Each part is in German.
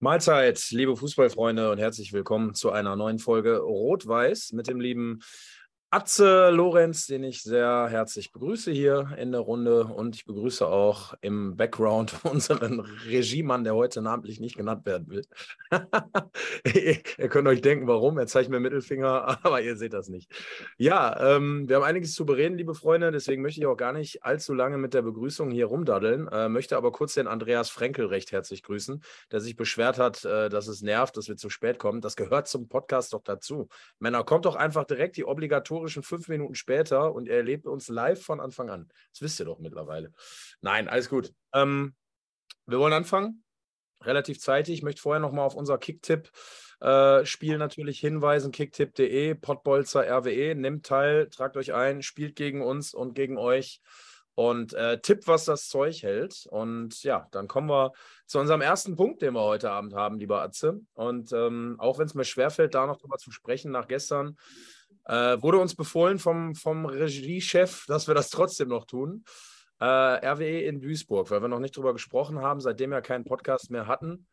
Mahlzeit, liebe Fußballfreunde und herzlich willkommen zu einer neuen Folge Rot-Weiß mit dem lieben Atze Lorenz, den ich sehr herzlich begrüße hier in der Runde, und ich begrüße auch im Background unseren Regiemann, der heute namentlich nicht genannt werden will. Ihr könnt euch denken, warum. Er zeigt mir Mittelfinger, aber ihr seht das nicht. Ja, wir haben einiges zu bereden, liebe Freunde, deswegen möchte ich auch gar nicht allzu lange mit der Begrüßung hier rumdaddeln, möchte aber kurz den Andreas Frenkel recht herzlich grüßen, der sich beschwert hat, dass es nervt, dass wir zu spät kommen. Das gehört zum Podcast doch dazu. Männer, kommt doch einfach direkt die obligatorischen 5 Minuten später und ihr erlebt uns live von Anfang an. Das wisst ihr doch mittlerweile. Nein, alles gut. Wir wollen anfangen, relativ zeitig. Ich möchte vorher nochmal auf unser Kicktipp-Spiel natürlich hinweisen. Kicktipp.de, Pottbolzer RWE. Nehmt teil, tragt euch ein, spielt gegen uns und gegen euch und tippt, was das Zeug hält. Und ja, dann kommen wir zu unserem ersten Punkt, den wir heute Abend haben, lieber Atze. Und auch wenn es mir schwerfällt, da noch drüber zu sprechen, nach gestern wurde uns befohlen vom Regiechef, dass wir das trotzdem noch tun. RWE in Duisburg, weil wir noch nicht drüber gesprochen haben, seitdem wir keinen Podcast mehr hatten.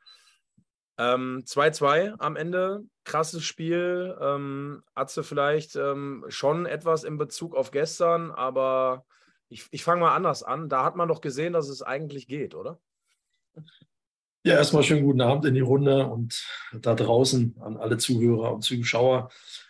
2-2 am Ende, krasses Spiel. Atze vielleicht schon etwas in Bezug auf gestern, aber ich fange mal anders an. Da hat man doch gesehen, dass es eigentlich geht, oder? Ja, erstmal schönen guten Abend in die Runde und da draußen an alle Zuhörer und Zuschauer.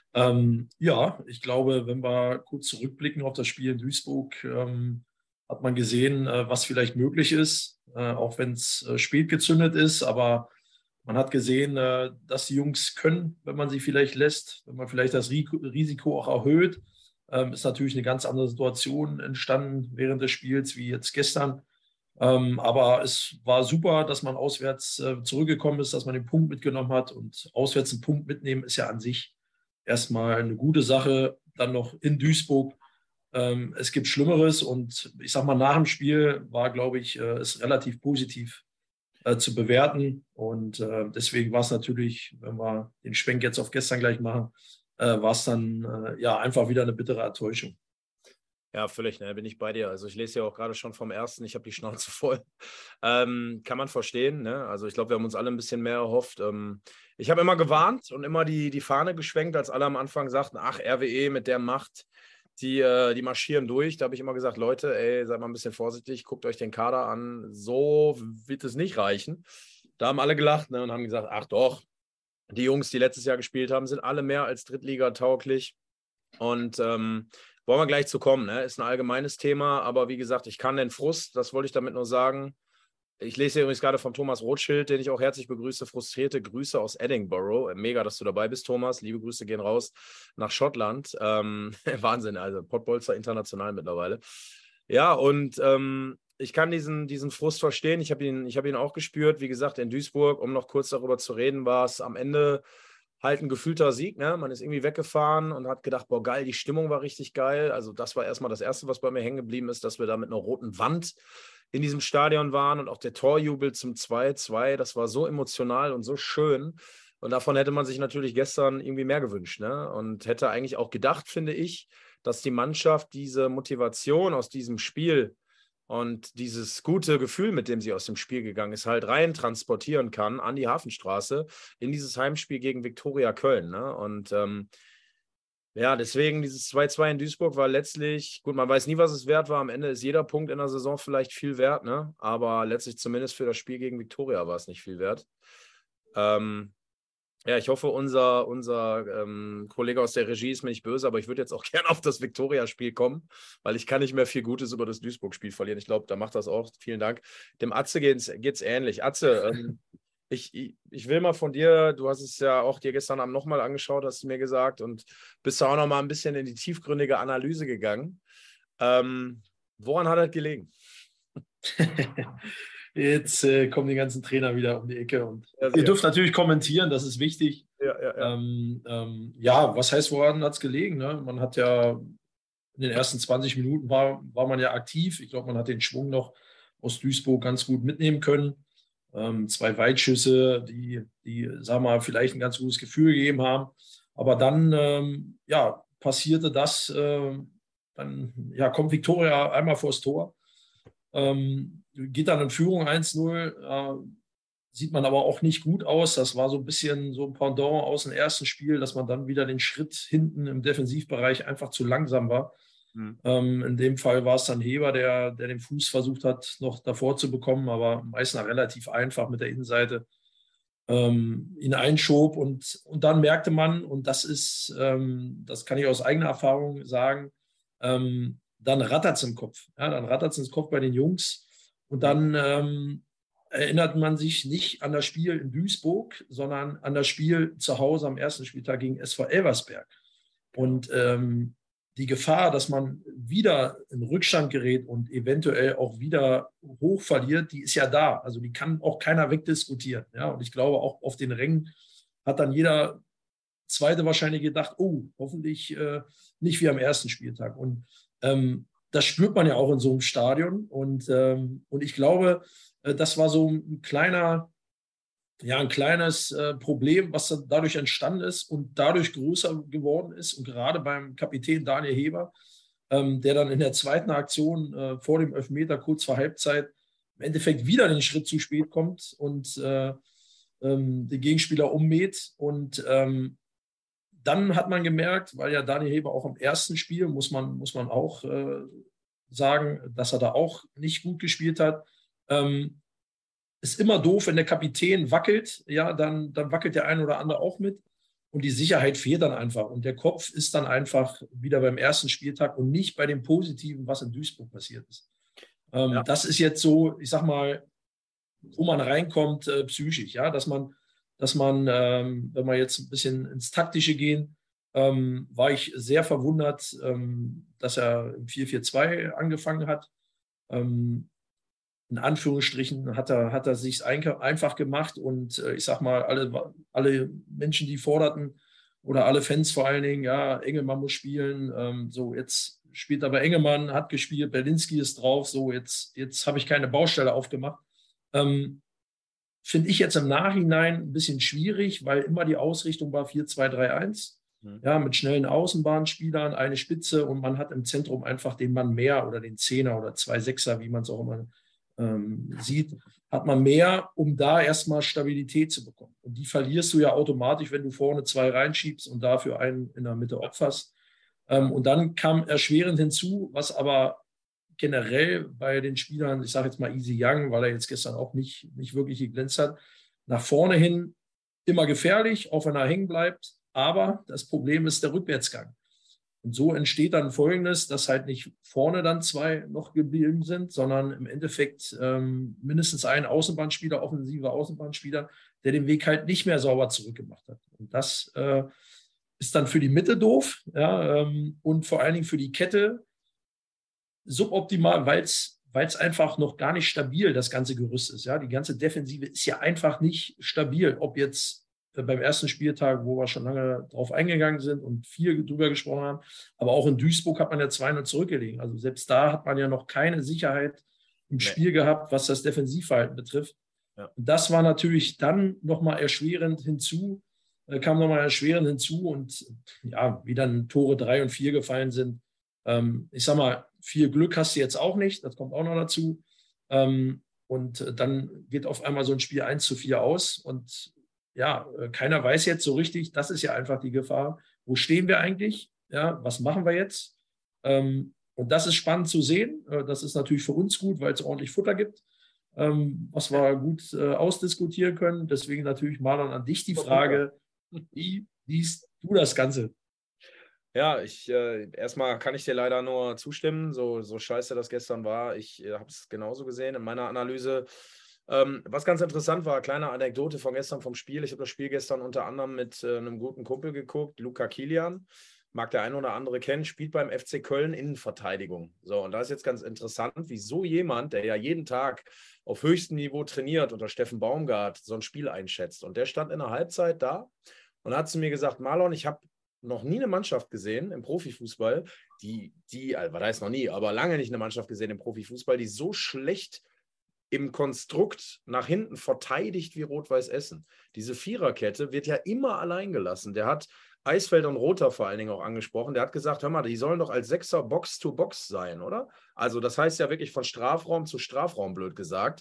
Ja, ich glaube, wenn wir kurz zurückblicken auf das Spiel in Duisburg, hat man gesehen, was vielleicht möglich ist, auch wenn es spät gezündet ist. Aber man hat gesehen, dass die Jungs können, wenn man sie vielleicht lässt, wenn man vielleicht das Risiko auch erhöht. Ist natürlich eine ganz andere Situation entstanden während des Spiels wie jetzt gestern. Aber es war super, dass man auswärts zurückgekommen ist, dass man den Punkt mitgenommen hat. Und auswärts einen Punkt mitnehmen ist ja an sich erstmal eine gute Sache. Dann noch in Duisburg. Es gibt Schlimmeres. Und ich sag mal, nach dem Spiel war, glaube ich, es relativ positiv zu bewerten. Und deswegen war es natürlich, wenn wir den Schwenk jetzt auf gestern gleich machen, war es dann ja einfach wieder eine bittere Enttäuschung. Ja, völlig, ne, bin ich bei dir. Also ich lese ja auch gerade schon vom ersten, ich habe die Schnauze voll. Kann man verstehen, ne? Also ich glaube, wir haben uns alle ein bisschen mehr erhofft. Ich habe immer gewarnt und immer die Fahne geschwenkt, als alle am Anfang sagten, ach, RWE mit der Macht, die marschieren durch. Da habe ich immer gesagt, Leute, ey, seid mal ein bisschen vorsichtig, guckt euch den Kader an, so wird es nicht reichen. Da haben alle gelacht, ne, und haben gesagt, ach doch, die Jungs, die letztes Jahr gespielt haben, sind alle mehr als Drittliga-tauglich. Und wollen wir gleich zu kommen, ne? Ist ein allgemeines Thema, aber wie gesagt, ich kann den Frust, das wollte ich damit nur sagen. Ich lese hier übrigens gerade von Thomas Rothschild, den ich auch herzlich begrüße. Frustrierte Grüße aus Edinburgh. Mega, dass du dabei bist, Thomas. Liebe Grüße gehen raus nach Schottland. Wahnsinn, also Pottbolzer international mittlerweile. Ja, und ich kann diesen Frust verstehen. Ich hab ihn auch gespürt. Wie gesagt, in Duisburg, um noch kurz darüber zu reden, war es am Ende halt ein gefühlter Sieg, ne? Man ist irgendwie weggefahren und hat gedacht, boah, geil, die Stimmung war richtig geil. Also das war erstmal das Erste, was bei mir hängen geblieben ist, dass wir da mit einer roten Wand in diesem Stadion waren und auch der Torjubel zum 2-2, das war so emotional und so schön. Und davon hätte man sich natürlich gestern irgendwie mehr gewünscht, ne? Und hätte eigentlich auch gedacht, finde ich, dass die Mannschaft diese Motivation aus diesem Spiel und dieses gute Gefühl, mit dem sie aus dem Spiel gegangen ist, halt rein transportieren kann an die Hafenstraße in dieses Heimspiel gegen Viktoria Köln. Ne? Und ja, deswegen dieses 2-2 in Duisburg war letztlich, gut, man weiß nie, was es wert war. Am Ende ist jeder Punkt in der Saison vielleicht viel wert, ne? Aber letztlich zumindest für das Spiel gegen Viktoria war es nicht viel wert. Ja, ich hoffe, unser Kollege aus der Regie ist mir nicht böse, aber ich würde jetzt auch gerne auf das Viktoria-Spiel kommen, weil ich kann nicht mehr viel Gutes über das Duisburg-Spiel verlieren. Ich glaube, da macht das auch. Vielen Dank. Dem Atze geht's ähnlich. Atze, ich will mal von dir, du hast es ja auch dir gestern Abend nochmal angeschaut, hast du mir gesagt, und bist da auch nochmal ein bisschen in die tiefgründige Analyse gegangen. Woran hat das gelegen? Jetzt kommen die ganzen Trainer wieder um die Ecke und Ja, ihr dürft natürlich kommentieren, das ist wichtig. ja. Ja, was heißt, woran hat es gelegen? Ne? Man hat ja in den ersten 20 Minuten war man ja aktiv. Ich glaube, man hat den Schwung noch aus Duisburg ganz gut mitnehmen können. 2 Weitschüsse, die, sagen wir mal, vielleicht ein ganz gutes Gefühl gegeben haben. Aber dann, ja, passierte das, dann ja, kommt Viktoria einmal vors Tor. Geht dann in Führung 1-0. sieht man aber auch nicht gut aus. Das war so ein bisschen so ein Pendant aus dem ersten Spiel, dass man dann wieder den Schritt hinten im Defensivbereich einfach zu langsam war. In dem Fall war es dann Heber, der den Fuß versucht hat, noch davor zu bekommen, aber Meißner relativ einfach mit der Innenseite ihn einschob. Und dann merkte man, und das ist, das kann ich aus eigener Erfahrung sagen, dann rattert es im Kopf. Ja, dann rattert es ins Kopf bei den Jungs. Und dann erinnert man sich nicht an das Spiel in Duisburg, sondern an das Spiel zu Hause am ersten Spieltag gegen SV Elversberg. Und die Gefahr, dass man wieder in Rückstand gerät und eventuell auch wieder hoch verliert, die ist ja da. Also die kann auch keiner wegdiskutieren. Ja? Und ich glaube, auch auf den Rängen hat dann jeder Zweite wahrscheinlich gedacht, oh, hoffentlich nicht wie am ersten Spieltag. Und das spürt man ja auch in so einem Stadion. Und ich glaube, das war so ein kleines Problem, was dann dadurch entstanden ist und dadurch größer geworden ist. Und gerade beim Kapitän Daniel Heber, der dann in der zweiten Aktion vor dem Elfmeter kurz vor Halbzeit im Endeffekt wieder den Schritt zu spät kommt und den Gegenspieler ummäht. Und dann hat man gemerkt, weil ja Daniel Heber auch im ersten Spiel, muss man auch sagen, dass er da auch nicht gut gespielt hat. Ist immer doof, wenn der Kapitän wackelt, ja, dann wackelt der ein oder andere auch mit und die Sicherheit fehlt dann einfach und der Kopf ist dann einfach wieder beim ersten Spieltag und nicht bei dem Positiven, was in Duisburg passiert ist. Das ist jetzt so, ich sag mal, wo man reinkommt psychisch, ja, dass man, wenn wir jetzt ein bisschen ins Taktische gehen, war ich sehr verwundert, dass er im 4-4-2 angefangen hat. In Anführungsstrichen hat er sich einfach gemacht und ich sag mal, alle Menschen, die forderten oder alle Fans vor allen Dingen, ja, Engelmann muss spielen, so jetzt spielt aber Engelmann, hat gespielt, Berlinski ist drauf, so jetzt habe ich keine Baustelle aufgemacht. Finde ich jetzt im Nachhinein ein bisschen schwierig, weil immer die Ausrichtung war 4-2-3-1. Ja, mit schnellen Außenbahnspielern, eine Spitze und man hat im Zentrum einfach den Mann mehr oder den Zehner oder 2 Sechser, wie man es auch immer sieht, hat man mehr, um da erstmal Stabilität zu bekommen. Und die verlierst du ja automatisch, wenn du vorne 2 reinschiebst und dafür einen in der Mitte opferst. Und dann kam erschwerend hinzu, was aber generell bei den Spielern, ich sage jetzt mal Easy Young, weil er jetzt gestern auch nicht wirklich geglänzt hat, nach vorne hin immer gefährlich, auch wenn er hängen bleibt. Aber das Problem ist der Rückwärtsgang. Und so entsteht dann Folgendes, dass halt nicht vorne dann 2 noch geblieben sind, sondern im Endeffekt mindestens ein Außenbahnspieler, offensiver Außenbahnspieler, der den Weg halt nicht mehr sauber zurückgemacht hat. Und das ist dann für die Mitte doof, ja, und vor allen Dingen für die Kette suboptimal, weil es einfach noch gar nicht stabil das ganze Gerüst ist. Ja? Die ganze Defensive ist ja einfach nicht stabil, ob jetzt beim ersten Spieltag, wo wir schon lange drauf eingegangen sind und viel drüber gesprochen haben. Aber auch in Duisburg hat man ja 2-0 zurückgelegen. Also selbst da hat man ja noch keine Sicherheit im Spiel gehabt, was das Defensivverhalten betrifft. Ja. Und das war natürlich dann nochmal erschwerend hinzu, und ja, wie dann Tore 3 und 4 gefallen sind. Ich sag mal, viel Glück hast du jetzt auch nicht, das kommt auch noch dazu. Und dann geht auf einmal so ein Spiel 1-4 aus und ja, keiner weiß jetzt so richtig, das ist ja einfach die Gefahr. Wo stehen wir eigentlich? Ja, was machen wir jetzt? Und das ist spannend zu sehen. Das ist natürlich für uns gut, weil es ordentlich Futter gibt, was wir gut ausdiskutieren können. Deswegen natürlich mal an dich die Frage, wie siehst du das Ganze? Ja, erstmal kann ich dir leider nur zustimmen, so scheiße das gestern war. Ich habe es genauso gesehen in meiner Analyse. Was ganz interessant war, kleine Anekdote von gestern vom Spiel. Ich habe das Spiel gestern unter anderem mit einem guten Kumpel geguckt, Luca Kilian. Mag der eine oder andere kennen, spielt beim FC Köln Innenverteidigung. So, und da ist jetzt ganz interessant, wieso jemand, der ja jeden Tag auf höchstem Niveau trainiert, unter Steffen Baumgart, so ein Spiel einschätzt. Und der stand in der Halbzeit da und hat zu mir gesagt, Marlon, ich habe noch nie eine Mannschaft gesehen im Profifußball, was heißt noch nie, aber lange nicht eine Mannschaft gesehen im Profifußball, die so schlecht im Konstrukt nach hinten verteidigt wie Rot-Weiß Essen. Diese Viererkette wird ja immer allein gelassen. Der hat Eisfeld und Rother vor allen Dingen auch angesprochen. Der hat gesagt, hör mal, die sollen doch als Sechser Box-to-Box sein, oder? Also das heißt ja wirklich von Strafraum zu Strafraum, blöd gesagt.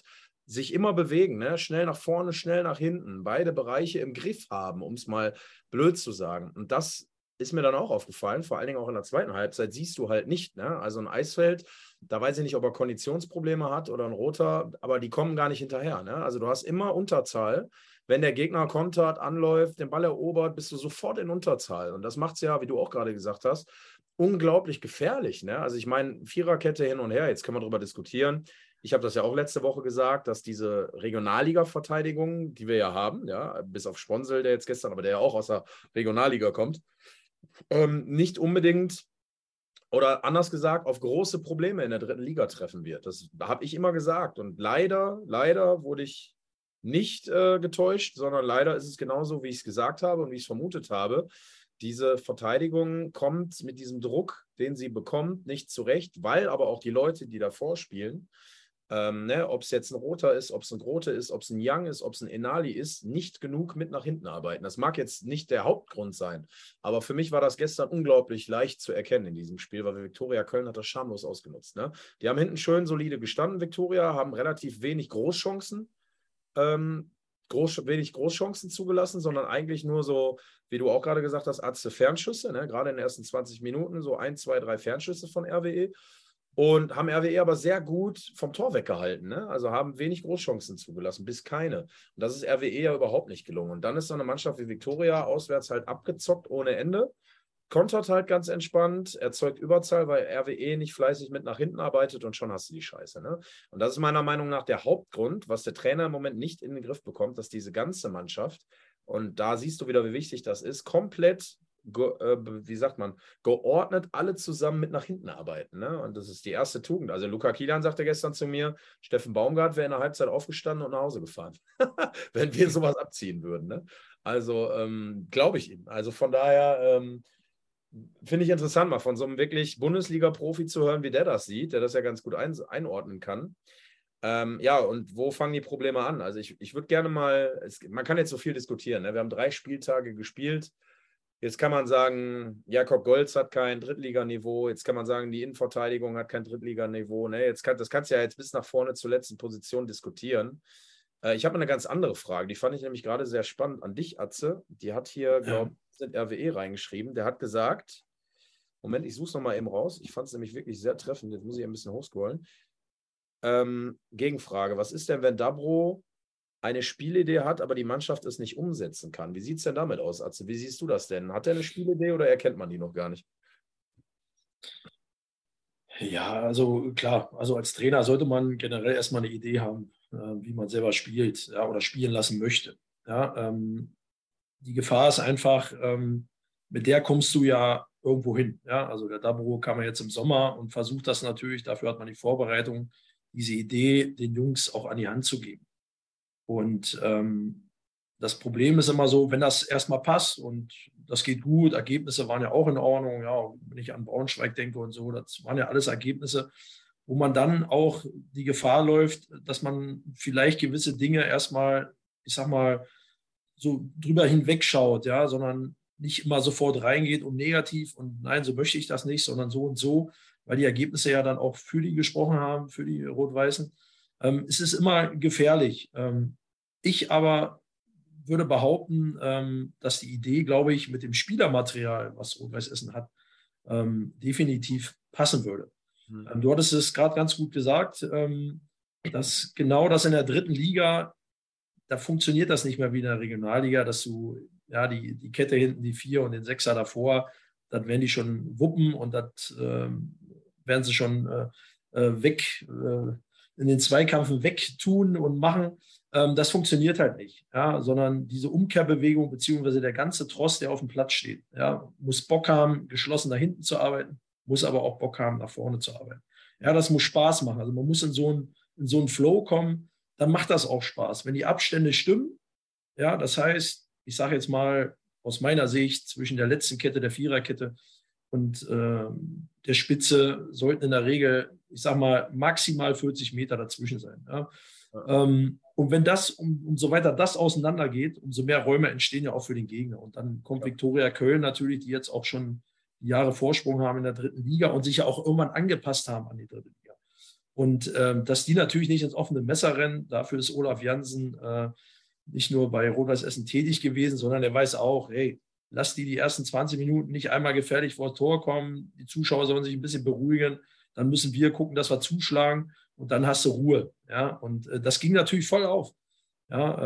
sich immer bewegen, ne? Schnell nach vorne, schnell nach hinten, beide Bereiche im Griff haben, um es mal blöd zu sagen. Und das ist mir dann auch aufgefallen, vor allen Dingen auch in der zweiten Halbzeit siehst du halt nicht, ne? Also ein Eisfeld, da weiß ich nicht, ob er Konditionsprobleme hat oder ein Roter, aber die kommen gar nicht hinterher, ne? Also du hast immer Unterzahl. Wenn der Gegner kontert, anläuft, den Ball erobert, bist du sofort in Unterzahl. Und das macht es ja, wie du auch gerade gesagt hast, unglaublich gefährlich, ne? Also ich meine, Viererkette hin und her, jetzt können wir darüber diskutieren. Ich habe das ja auch letzte Woche gesagt, dass diese Regionalliga-Verteidigung, die wir ja haben, ja, bis auf Sponsel, der jetzt gestern, aber der ja auch aus der Regionalliga kommt, nicht unbedingt oder anders gesagt, auf große Probleme in der dritten Liga treffen wird. Das habe ich immer gesagt. Und leider wurde ich nicht getäuscht, sondern leider ist es genauso, wie ich es gesagt habe und wie ich es vermutet habe. Diese Verteidigung kommt mit diesem Druck, den sie bekommt, nicht zurecht, weil aber auch die Leute, die davor spielen, ne, ob es jetzt ein Roter ist, ob es ein Grote ist, ob es ein Young ist, ob es ein Enali ist, nicht genug mit nach hinten arbeiten. Das mag jetzt nicht der Hauptgrund sein, aber für mich war das gestern unglaublich leicht zu erkennen in diesem Spiel, weil Viktoria Köln hat das schamlos ausgenutzt. Ne? Die haben hinten schön solide gestanden, Viktoria, haben relativ wenig Großchancen, wenig Großchancen zugelassen, sondern eigentlich nur so, wie du auch gerade gesagt hast, Atze Fernschüsse, ne? Gerade in den ersten 20 Minuten so 1, 2, 3 Fernschüsse von RWE. Und haben RWE aber sehr gut vom Tor weggehalten. Ne? Also haben wenig Großchancen zugelassen, bis keine. Und das ist RWE ja überhaupt nicht gelungen. Und dann ist so eine Mannschaft wie Viktoria auswärts halt abgezockt ohne Ende. Kontert halt ganz entspannt, erzeugt Überzahl, weil RWE nicht fleißig mit nach hinten arbeitet und schon hast du die Scheiße. Ne? Und das ist meiner Meinung nach der Hauptgrund, was der Trainer im Moment nicht in den Griff bekommt, dass diese ganze Mannschaft, und da siehst du wieder, wie wichtig das ist, komplett wie sagt man, geordnet alle zusammen mit nach hinten arbeiten. Ne? Und das ist die erste Tugend. Also Luca Kilian sagte gestern zu mir, Steffen Baumgart wäre in der Halbzeit aufgestanden und nach Hause gefahren, wenn wir sowas abziehen würden. Ne? Also glaube ich ihm. Also von daher finde ich interessant, mal von so einem wirklich Bundesliga-Profi zu hören, wie der das sieht, der das ja ganz gut einordnen kann. Ja, und wo fangen die Probleme an? Also ich würde gerne mal, man kann jetzt so viel diskutieren. Ne? Wir haben 3 Spieltage gespielt. Jetzt kann man sagen, Jakob Golz hat kein Drittliganiveau. Jetzt kann man sagen, die Innenverteidigung hat kein Drittliganiveau. Ne? Das kannst du ja jetzt bis nach vorne zur letzten Position diskutieren. Ich habe eine ganz andere Frage. Die fand ich nämlich gerade sehr spannend an dich, Atze. Die hat hier, glaube ich, sind RWE reingeschrieben. Der hat gesagt, Moment, ich suche es nochmal eben raus. Ich fand es nämlich wirklich sehr treffend. Jetzt muss ich ein bisschen hochscrollen. Gegenfrage. Was ist denn, wenn Dabro eine Spielidee hat, aber die Mannschaft es nicht umsetzen kann? Wie sieht es denn damit aus, Atze? Wie siehst du das denn? Hat er eine Spielidee oder erkennt man die noch gar nicht? Ja, also klar, also als Trainer sollte man generell erstmal eine Idee haben, wie man selber spielt, ja, oder spielen lassen möchte. Ja, die Gefahr ist einfach, mit der kommst du ja irgendwo hin. Ja? Also der Dabro kam ja jetzt im Sommer und versucht das natürlich, dafür hat man die Vorbereitung, diese Idee den Jungs auch an die Hand zu geben. Und das Problem ist immer so, wenn das erstmal passt und das geht gut, Ergebnisse waren ja auch in Ordnung, ja, wenn ich an Braunschweig denke und so, das waren ja alles Ergebnisse, wo man dann auch die Gefahr läuft, dass man vielleicht gewisse Dinge erstmal, ich sag mal, so drüber hinwegschaut, ja, sondern nicht immer sofort reingeht und negativ und nein, so möchte ich das nicht, sondern so und so, weil die Ergebnisse ja dann auch für die gesprochen haben, für die Rot-Weißen. Es ist immer gefährlich. Ich aber würde behaupten, dass die Idee, glaube ich, mit dem Spielermaterial, was Rot-Weiß Essen hat, definitiv passen würde. Du hattest es gerade ganz gut gesagt, dass genau das in der dritten Liga, da funktioniert das nicht mehr wie in der Regionalliga, dass du ja die Kette hinten, die 4 und den 6er davor, dann werden die schon wuppen und das werden sie schon weg in den Zweikampfen wegtun und machen. Das funktioniert halt nicht, ja, sondern diese Umkehrbewegung beziehungsweise der ganze Tross, der auf dem Platz steht, ja, muss Bock haben, geschlossen nach hinten zu arbeiten, muss aber auch Bock haben, nach vorne zu arbeiten. Ja, das muss Spaß machen. Also man muss in so einen Flow kommen, dann macht das auch Spaß. Wenn die Abstände stimmen, ja, das heißt, ich sage jetzt mal aus meiner Sicht, zwischen der letzten Kette, der Viererkette und der Spitze sollten in der Regel, ich sage mal, maximal 40 Meter dazwischen sein. Ja. Und wenn das, umso weiter das auseinandergeht, umso mehr Räume entstehen ja auch für den Gegner. Und dann kommt Viktoria Köln natürlich, die jetzt auch schon Jahre Vorsprung haben in der dritten Liga und sich ja auch irgendwann angepasst haben an die dritte Liga. Und dass die natürlich nicht ins offene Messer rennen, dafür ist Olaf Jansen nicht nur bei Rot-Weiß Essen tätig gewesen, sondern er weiß auch, hey, lass die ersten 20 Minuten nicht einmal gefährlich vor das Tor kommen, die Zuschauer sollen sich ein bisschen beruhigen, dann müssen wir gucken, dass wir zuschlagen und dann hast du Ruhe. Ja? Und das ging natürlich voll auf. Ja,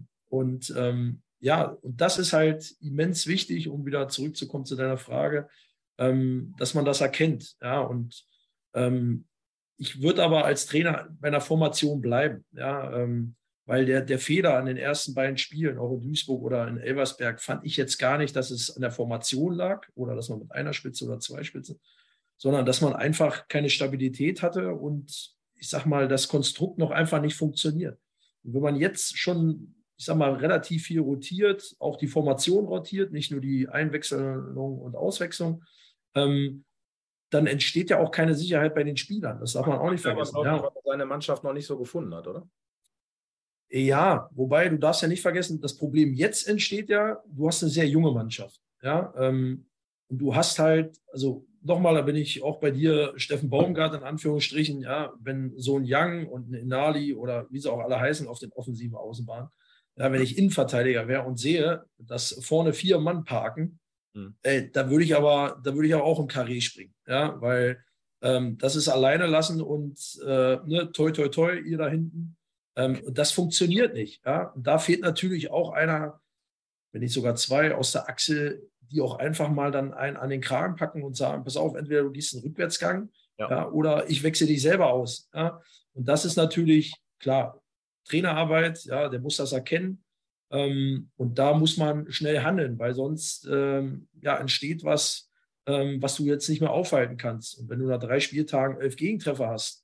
ja, und das ist halt immens wichtig, um wieder zurückzukommen zu deiner Frage, dass man das erkennt. Ja, und ich würde aber als Trainer bei einer Formation bleiben. Ja, weil der Fehler an den ersten beiden Spielen, auch in Duisburg oder in Elversberg, fand ich jetzt gar nicht, dass es an der Formation lag oder dass man mit einer Spitze oder zwei Spitzen, sondern dass man einfach keine Stabilität hatte und ich sag mal, das Konstrukt noch einfach nicht funktioniert. Und wenn man jetzt schon, ich sag mal, relativ viel rotiert, auch die Formation rotiert, nicht nur die Einwechslung und Auswechslung, dann entsteht ja auch keine Sicherheit bei den Spielern. Das darf man auch nicht vergessen. Aber, weil er seine Mannschaft noch nicht so gefunden hat, oder? Ja, wobei du darfst ja nicht vergessen, das Problem jetzt entsteht ja, du hast eine sehr junge Mannschaft. Ja, und du hast halt, also nochmal, da bin ich auch bei dir, Steffen Baumgart in Anführungsstrichen, ja, wenn so ein Young und ein Inali oder wie sie auch alle heißen auf den offensiven Außenbahnen, ja, wenn ich Innenverteidiger wäre und sehe, dass vorne 4 Mann parken, da würde ich aber auch im Karree springen, ja, weil das ist alleine lassen und ne, toi, toi, toi, ihr da hinten. Und das funktioniert nicht. Ja? Und da fehlt natürlich auch einer, wenn nicht sogar zwei aus der Achse, die auch einfach mal dann einen an den Kragen packen und sagen, pass auf, entweder du gehst einen Rückwärtsgang ja, oder ich wechsle dich selber aus. Ja? Und das ist natürlich, klar, Trainerarbeit, ja, der muss das erkennen. Und da muss man schnell handeln, weil sonst ja, entsteht was, was du jetzt nicht mehr aufhalten kannst. Und wenn du nach 3 Spieltagen 11 Gegentreffer hast,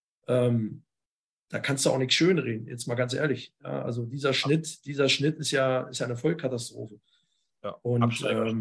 da kannst du auch nichts schönreden, jetzt mal ganz ehrlich. Ja, also dieser Schnitt ist ja eine Vollkatastrophe. Ja, und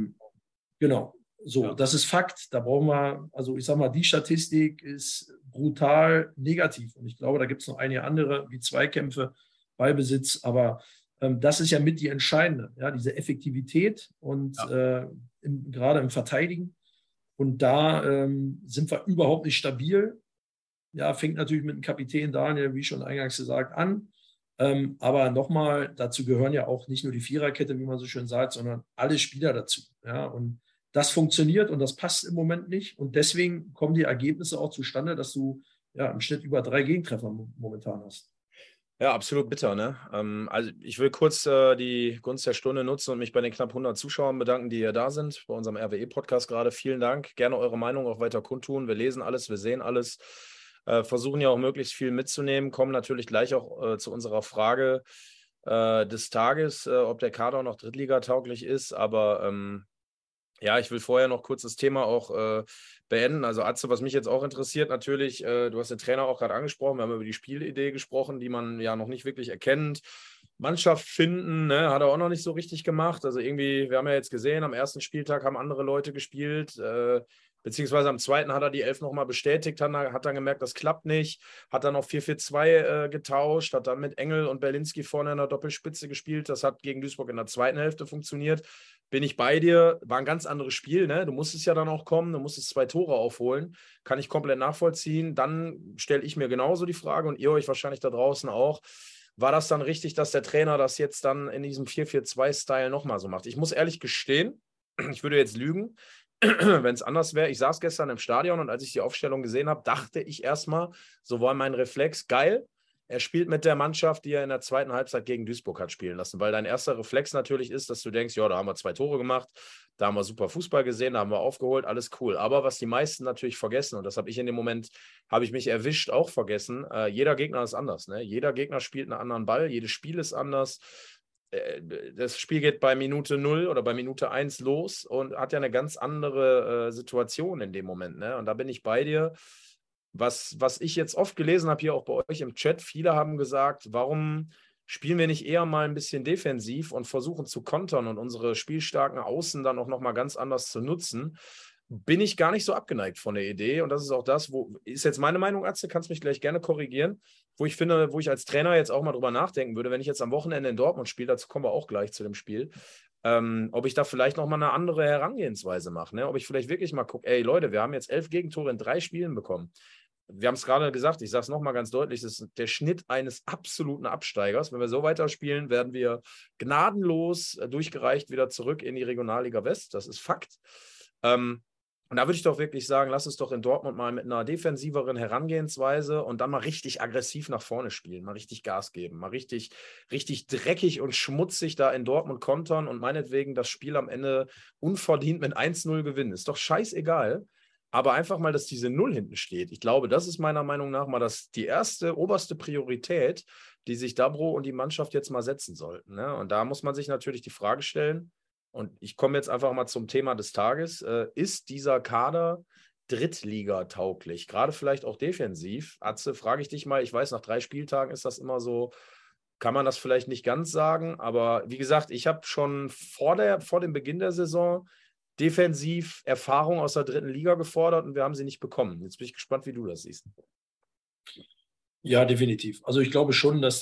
genau, so, ja. Das ist Fakt. Da brauchen wir, also ich sag mal, die Statistik ist brutal negativ. Und ich glaube, da gibt es noch einige andere, wie Zweikämpfe, Ballbesitz, aber das ist ja mit die entscheidende, ja, diese Effektivität und ja. Gerade im Verteidigen. Und da sind wir überhaupt nicht stabil. Ja, fängt natürlich mit dem Kapitän Daniel, wie schon eingangs gesagt, an. Aber nochmal, dazu gehören ja auch nicht nur die Viererkette, wie man so schön sagt, sondern alle Spieler dazu. Ja, und das funktioniert und das passt im Moment nicht. Und deswegen kommen die Ergebnisse auch zustande, dass du ja im Schnitt über 3 Gegentreffer momentan hast. Ja, absolut bitter. Ne? Also ich will kurz die Gunst der Stunde nutzen und mich bei den knapp 100 Zuschauern bedanken, die hier da sind, bei unserem RWE-Podcast gerade. Vielen Dank. Gerne eure Meinung auch weiter kundtun. Wir lesen alles, wir sehen alles. Versuchen ja auch möglichst viel mitzunehmen, kommen natürlich gleich auch zu unserer Frage des Tages, ob der Kader noch drittligatauglich ist. Aber ja, ich will vorher noch kurz das Thema auch beenden. Also Atze, was mich jetzt auch interessiert natürlich, du hast den Trainer auch gerade angesprochen, wir haben über die Spielidee gesprochen, die man ja noch nicht wirklich erkennt. Mannschaft finden, ne, hat er auch noch nicht so richtig gemacht. Also irgendwie, wir haben ja jetzt gesehen, am ersten Spieltag haben andere Leute gespielt, beziehungsweise am zweiten hat er die 11 nochmal bestätigt, hat dann gemerkt, das klappt nicht, hat dann auf 4-4-2 getauscht, hat dann mit Engel und Berlinski vorne in der Doppelspitze gespielt. Das hat gegen Duisburg in der zweiten Hälfte funktioniert. Bin ich bei dir, war ein ganz anderes Spiel, ne? Du musstest ja dann auch kommen, du musstest 2 Tore aufholen, kann ich komplett nachvollziehen. Dann stelle ich mir genauso die Frage und ihr euch wahrscheinlich da draußen auch, war das dann richtig, dass der Trainer das jetzt dann in diesem 4-4-2-Style nochmal so macht? Ich muss ehrlich gestehen, ich würde jetzt lügen, wenn es anders wäre. Ich saß gestern im Stadion und als ich die Aufstellung gesehen habe, dachte ich erstmal, so war mein Reflex, geil, er spielt mit der Mannschaft, die er in der zweiten Halbzeit gegen Duisburg hat spielen lassen, weil dein erster Reflex natürlich ist, dass du denkst, ja, da haben wir 2 Tore gemacht, da haben wir super Fußball gesehen, da haben wir aufgeholt, alles cool. Aber was die meisten natürlich vergessen, und das habe ich in dem Moment, habe ich mich erwischt, auch vergessen, jeder Gegner ist anders. Ne? Jeder Gegner spielt einen anderen Ball, jedes Spiel ist anders. Das Spiel geht bei Minute 0 oder bei Minute 1 los und hat ja eine ganz andere Situation in dem Moment. Ne? Und da bin ich bei dir. Was ich jetzt oft gelesen habe, hier auch bei euch im Chat, viele haben gesagt, warum spielen wir nicht eher mal ein bisschen defensiv und versuchen zu kontern und unsere spielstarken Außen dann auch nochmal ganz anders zu nutzen? Bin ich gar nicht so abgeneigt von der Idee. Und das ist auch das, ist jetzt meine Meinung, Atze, kannst mich gleich gerne korrigieren, wo ich finde, wo ich als Trainer jetzt auch mal drüber nachdenken würde, wenn ich jetzt am Wochenende in Dortmund spiele, dazu kommen wir auch gleich zu dem Spiel, ob ich da vielleicht nochmal eine andere Herangehensweise mache. Ne? Ob ich vielleicht wirklich mal gucke, ey Leute, wir haben jetzt 11 Gegentore in 3 Spielen bekommen. wir haben es gerade gesagt, ich sage es nochmal ganz deutlich, das ist der Schnitt eines absoluten Absteigers. Wenn wir so weiterspielen, werden wir gnadenlos durchgereicht wieder zurück in die Regionalliga West. Das ist Fakt. Und da würde ich doch wirklich sagen, lass uns doch in Dortmund mal mit einer defensiveren Herangehensweise und dann mal richtig aggressiv nach vorne spielen, mal richtig Gas geben, mal richtig, richtig dreckig und schmutzig da in Dortmund kontern und meinetwegen das Spiel am Ende unverdient mit 1-0 gewinnen. Ist doch scheißegal. Aber einfach mal, dass diese Null hinten steht. Ich glaube, das ist meiner Meinung nach mal die erste, oberste Priorität, die sich Dabro und die Mannschaft jetzt mal setzen sollten. Ne? Und da muss man sich natürlich die Frage stellen, und ich komme jetzt einfach mal zum Thema des Tages. Ist dieser Kader Drittliga-tauglich? Gerade vielleicht auch defensiv. Atze, frage ich dich mal. Ich weiß, nach 3 Spieltagen ist das immer so, kann man das vielleicht nicht ganz sagen. Aber wie gesagt, ich habe schon vor dem Beginn der Saison defensiv Erfahrung aus der 3. Liga gefordert und wir haben sie nicht bekommen. Jetzt bin ich gespannt, wie du das siehst. Ja, definitiv. Also ich glaube schon, dass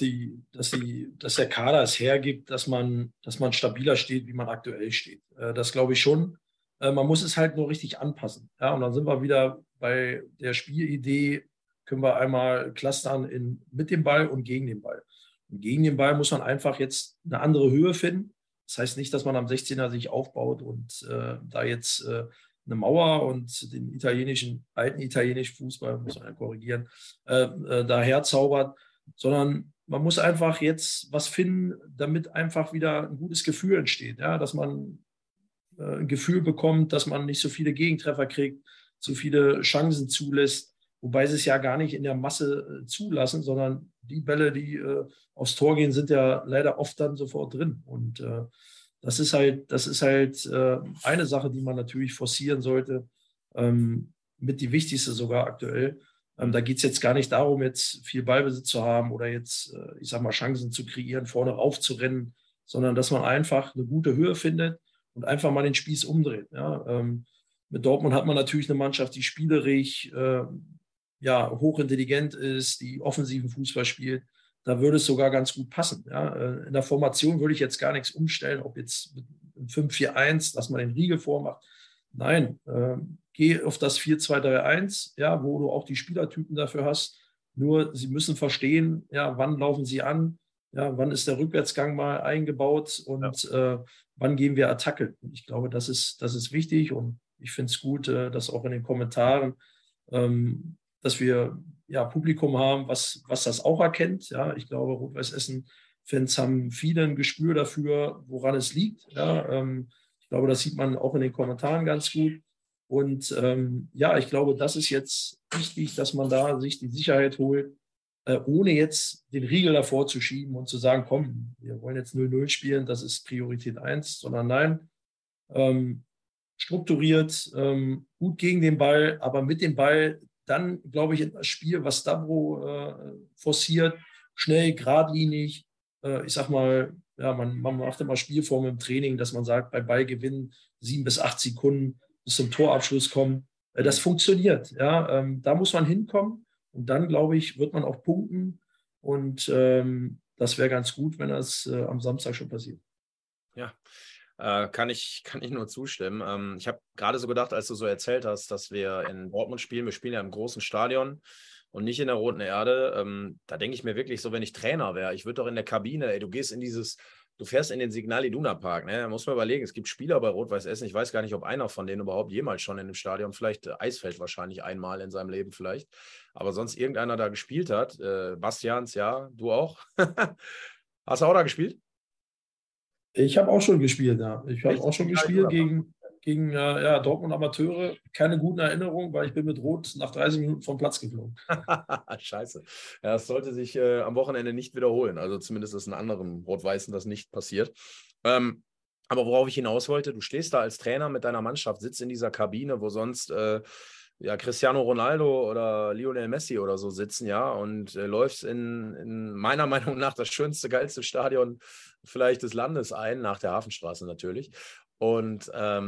der Kader es hergibt, dass man stabiler steht, wie man aktuell steht. Das glaube ich schon. Man muss es halt nur richtig anpassen. Ja, und dann sind wir wieder bei der Spielidee, können wir einmal clustern mit dem Ball und gegen den Ball. Und gegen den Ball muss man einfach jetzt eine andere Höhe finden. Das heißt nicht, dass man am 16er sich aufbaut und da jetzt eine Mauer und den alten italienischen Fußball, muss man ja korrigieren, daher zaubert, sondern man muss einfach jetzt was finden, damit einfach wieder ein gutes Gefühl entsteht, ja, dass man ein Gefühl bekommt, dass man nicht so viele Gegentreffer kriegt, so viele Chancen zulässt, wobei sie es ja gar nicht in der Masse zulassen, sondern die Bälle, die aufs Tor gehen, sind ja leider oft dann sofort drin. Und das ist halt eine Sache, die man natürlich forcieren sollte, mit die wichtigste sogar aktuell. Da geht es jetzt gar nicht darum, jetzt viel Ballbesitz zu haben oder jetzt, ich sag mal, Chancen zu kreieren, vorne raufzurennen, sondern dass man einfach eine gute Höhe findet und einfach mal den Spieß umdreht. Ja? Mit Dortmund hat man natürlich eine Mannschaft, die spielerisch hochintelligent ist, die offensiven Fußball spielt. Da würde es sogar ganz gut passen. Ja? In der Formation würde ich jetzt gar nichts umstellen, ob jetzt mit 5-4-1, dass man den Riegel vormacht. Nein, geh auf das 4-2-3-1, ja, wo du auch die Spielertypen dafür hast. Nur sie müssen verstehen, ja, wann laufen sie an, ja, wann ist der Rückwärtsgang mal eingebaut und wann gehen wir Attacke. Und ich glaube, das ist wichtig und ich finde es gut, dass auch in den Kommentaren, dass wir Publikum haben, was das auch erkennt. Ja, ich glaube, Rot-Weiß Essen-Fans haben viele ein Gespür dafür, woran es liegt. Ja, ich glaube, das sieht man auch in den Kommentaren ganz gut. Und ich glaube, das ist jetzt wichtig, dass man da sich die Sicherheit holt, ohne jetzt den Riegel davor zu schieben und zu sagen, komm, wir wollen jetzt 0-0 spielen, das ist Priorität 1, sondern nein, strukturiert, gut gegen den Ball, aber mit dem Ball dann, glaube ich, in das Spiel, was Dabro forciert, schnell, geradlinig, ich sag mal, ja, man macht immer Spielformen im Training, dass man sagt, bei Ballgewinn 7 bis 8 Sekunden bis zum Torabschluss kommen. Das funktioniert. Ja, da muss man hinkommen und dann, glaube ich, wird man auch punkten und das wäre ganz gut, wenn das am Samstag schon passiert. Ja, kann ich nur zustimmen. Ich habe gerade so gedacht, als du so erzählt hast, dass wir in Dortmund spielen, wir spielen ja im großen Stadion und nicht in der Roten Erde. Da denke ich mir wirklich so, wenn ich Trainer wäre, ich würde doch in der Kabine, ey, du fährst in den Signal Iduna Park, ne? Da muss man überlegen, es gibt Spieler bei Rot-Weiß Essen, ich weiß gar nicht, ob einer von denen überhaupt jemals schon in dem Stadion, vielleicht Eisfeld wahrscheinlich einmal in seinem Leben vielleicht, aber sonst irgendeiner da gespielt hat. Bastians, ja, du auch? Hast du auch da gespielt? Ich habe auch schon gespielt, ja. Ich habe auch schon gespielt gegen Dortmund Amateure. Keine guten Erinnerungen, weil ich bin mit Rot nach 30 Minuten vom Platz geflogen. Scheiße. Ja, das sollte sich am Wochenende nicht wiederholen. Also zumindest ist in anderen Rot-Weißen das nicht passiert. Aber worauf ich hinaus wollte, du stehst da als Trainer mit deiner Mannschaft, sitzt in dieser Kabine, wo sonst Cristiano Ronaldo oder Lionel Messi oder so sitzen, ja, und läufst in meiner Meinung nach das schönste, geilste Stadion vielleicht des Landes ein, nach der Hafenstraße natürlich. Und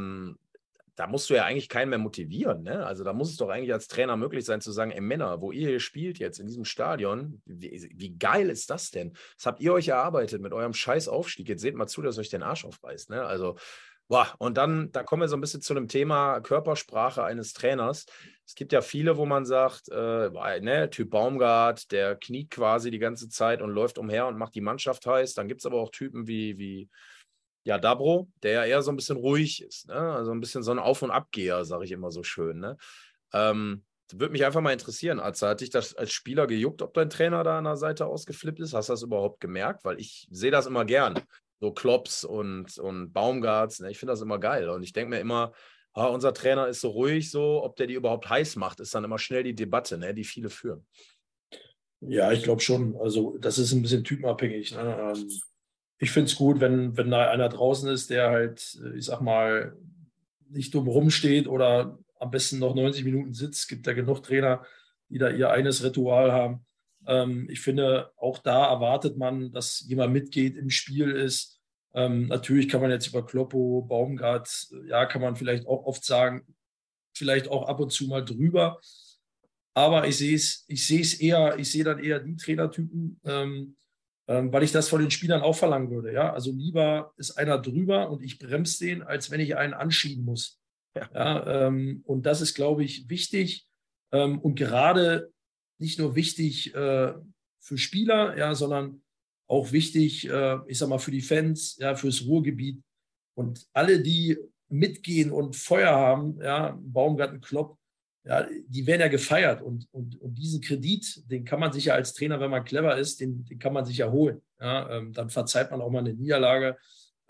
da musst du ja eigentlich keinen mehr motivieren, ne? Also da muss es doch eigentlich als Trainer möglich sein zu sagen, ey Männer, wo ihr hier spielt jetzt in diesem Stadion, wie geil ist das denn? Das habt ihr euch erarbeitet mit eurem scheiß Aufstieg. Jetzt seht mal zu, dass euch den Arsch aufreißt, ne? Also Boah, und dann, da kommen wir so ein bisschen zu dem Thema Körpersprache eines Trainers. Es gibt ja viele, wo man sagt, Typ Baumgart, der kniet quasi die ganze Zeit und läuft umher und macht die Mannschaft heiß. Dann gibt es aber auch Typen wie ja, Dabro, der ja eher so ein bisschen ruhig ist, ne? Also ein bisschen so ein Auf- und Abgeher, sage ich immer so schön, ne? Würde mich einfach mal interessieren, hat dich das als Spieler gejuckt, ob dein Trainer da an der Seite ausgeflippt ist? Hast du das überhaupt gemerkt? Weil ich sehe das immer gern. So Klopps und Baumgarts, ne? Ich finde das immer geil. Und ich denke mir immer, unser Trainer ist so ruhig, so, ob der die überhaupt heiß macht, ist dann immer schnell die Debatte, ne, die viele führen. Ja, ich glaube schon. Also das ist ein bisschen typenabhängig. Ne? Ich finde es gut, wenn da einer draußen ist, der halt, ich sag mal, nicht dumm rumsteht oder am besten noch 90 Minuten sitzt. Es gibt ja genug Trainer, die da ihr eines Ritual haben. Ich finde, auch da erwartet man, dass jemand mitgeht, im Spiel ist. Natürlich kann man jetzt über Kloppo, Baumgart, ja, kann man vielleicht auch oft sagen, vielleicht auch ab und zu mal drüber. Aber ich sehe es eher, ich sehe dann eher die Trainertypen, weil ich das von den Spielern auch verlangen würde. Ja? Also lieber ist einer drüber und ich bremse den, als wenn ich einen anschieben muss. Ja. Ja, und das ist, glaube ich, wichtig und gerade nicht nur wichtig für Spieler, ja, sondern auch wichtig, ich sag mal, für die Fans, ja, fürs Ruhrgebiet und alle, die mitgehen und Feuer haben, ja, Baumgarten, Klopp, ja, die werden ja gefeiert und diesen Kredit, den kann man sich ja als Trainer, wenn man clever ist, den kann man sich ja holen. Ja, dann verzeiht man auch mal eine Niederlage.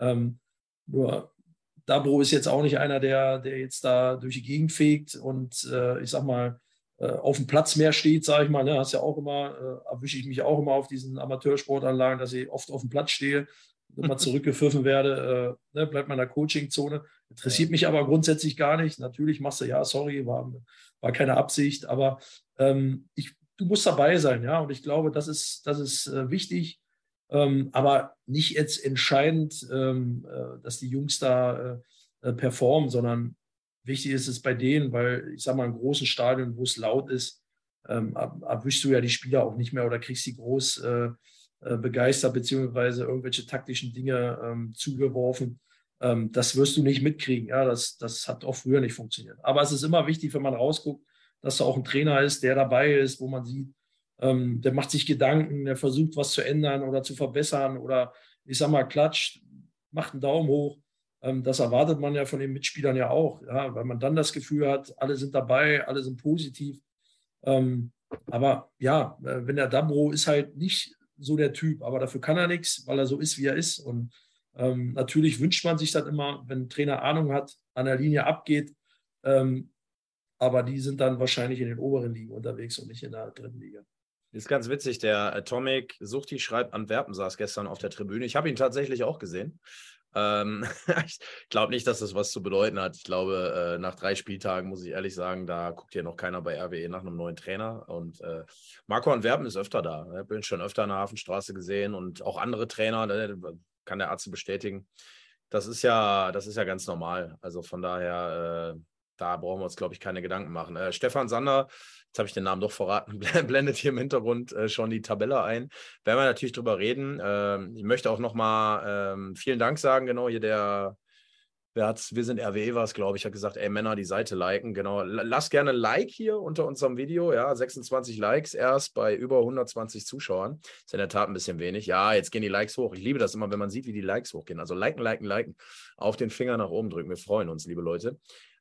Nur Dabro ist jetzt auch nicht einer, der jetzt da durch die Gegend fegt und ich sag mal, auf dem Platz mehr steht, sage ich mal. Ne? Hast ja auch immer, erwische ich mich auch immer auf diesen Amateursportanlagen, dass ich oft auf dem Platz stehe, immer zurückgepfiffen werde, ne? Bleibt meiner Coaching-Zone. Interessiert mich aber grundsätzlich gar nicht. Natürlich machst du, ja, sorry, war keine Absicht, aber du musst dabei sein, ja. Und ich glaube, das ist wichtig. Aber nicht jetzt entscheidend, dass die Jungs da performen, sondern wichtig ist es bei denen, weil ich sage mal, in großen Stadien, wo es laut ist, erwischst du ja die Spieler auch nicht mehr oder kriegst sie groß begeistert, beziehungsweise irgendwelche taktischen Dinge zugeworfen. Das wirst du nicht mitkriegen. Ja, das hat auch früher nicht funktioniert. Aber es ist immer wichtig, wenn man rausguckt, dass da auch ein Trainer ist, der dabei ist, wo man sieht, der macht sich Gedanken, der versucht, was zu ändern oder zu verbessern oder ich sag mal, klatscht, macht einen Daumen hoch. Das erwartet man ja von den Mitspielern ja auch, ja, weil man dann das Gefühl hat, alle sind dabei, alle sind positiv. Aber ja, wenn der Dabro ist halt nicht so der Typ, aber dafür kann er nichts, weil er so ist, wie er ist. Und natürlich wünscht man sich das immer, wenn ein Trainer Ahnung hat, an der Linie abgeht. Aber die sind dann wahrscheinlich in den oberen Ligen unterwegs und nicht in der dritten Liga. Ist ganz witzig, der Atomic Suchti schreibt, Antwerpen saß gestern auf der Tribüne. Ich habe ihn tatsächlich auch gesehen. Ich glaube nicht, dass das was zu bedeuten hat. Ich glaube, nach 3 Spieltagen muss ich ehrlich sagen, da guckt hier noch keiner bei RWE nach einem neuen Trainer. Und Marco Antwerpen ist öfter da. Ich bin schon öfter in der Hafenstraße gesehen und auch andere Trainer, kann der Arzt bestätigen. Das ist ja ganz normal. Also von daher, da brauchen wir uns, glaube ich, keine Gedanken machen. Stefan Sander, jetzt habe ich den Namen doch verraten, blendet hier im Hintergrund schon die Tabelle ein. Werden wir natürlich drüber reden. Ich möchte auch nochmal vielen Dank sagen, genau, hier wir sind RWE war es, glaube ich, hat gesagt, ey Männer, die Seite liken, genau. Lasst gerne ein Like hier unter unserem Video, ja, 26 Likes erst bei über 120 Zuschauern. Ist in der Tat ein bisschen wenig. Ja, jetzt gehen die Likes hoch. Ich liebe das immer, wenn man sieht, wie die Likes hochgehen. Also liken. Auf den Finger nach oben drücken. Wir freuen uns, liebe Leute.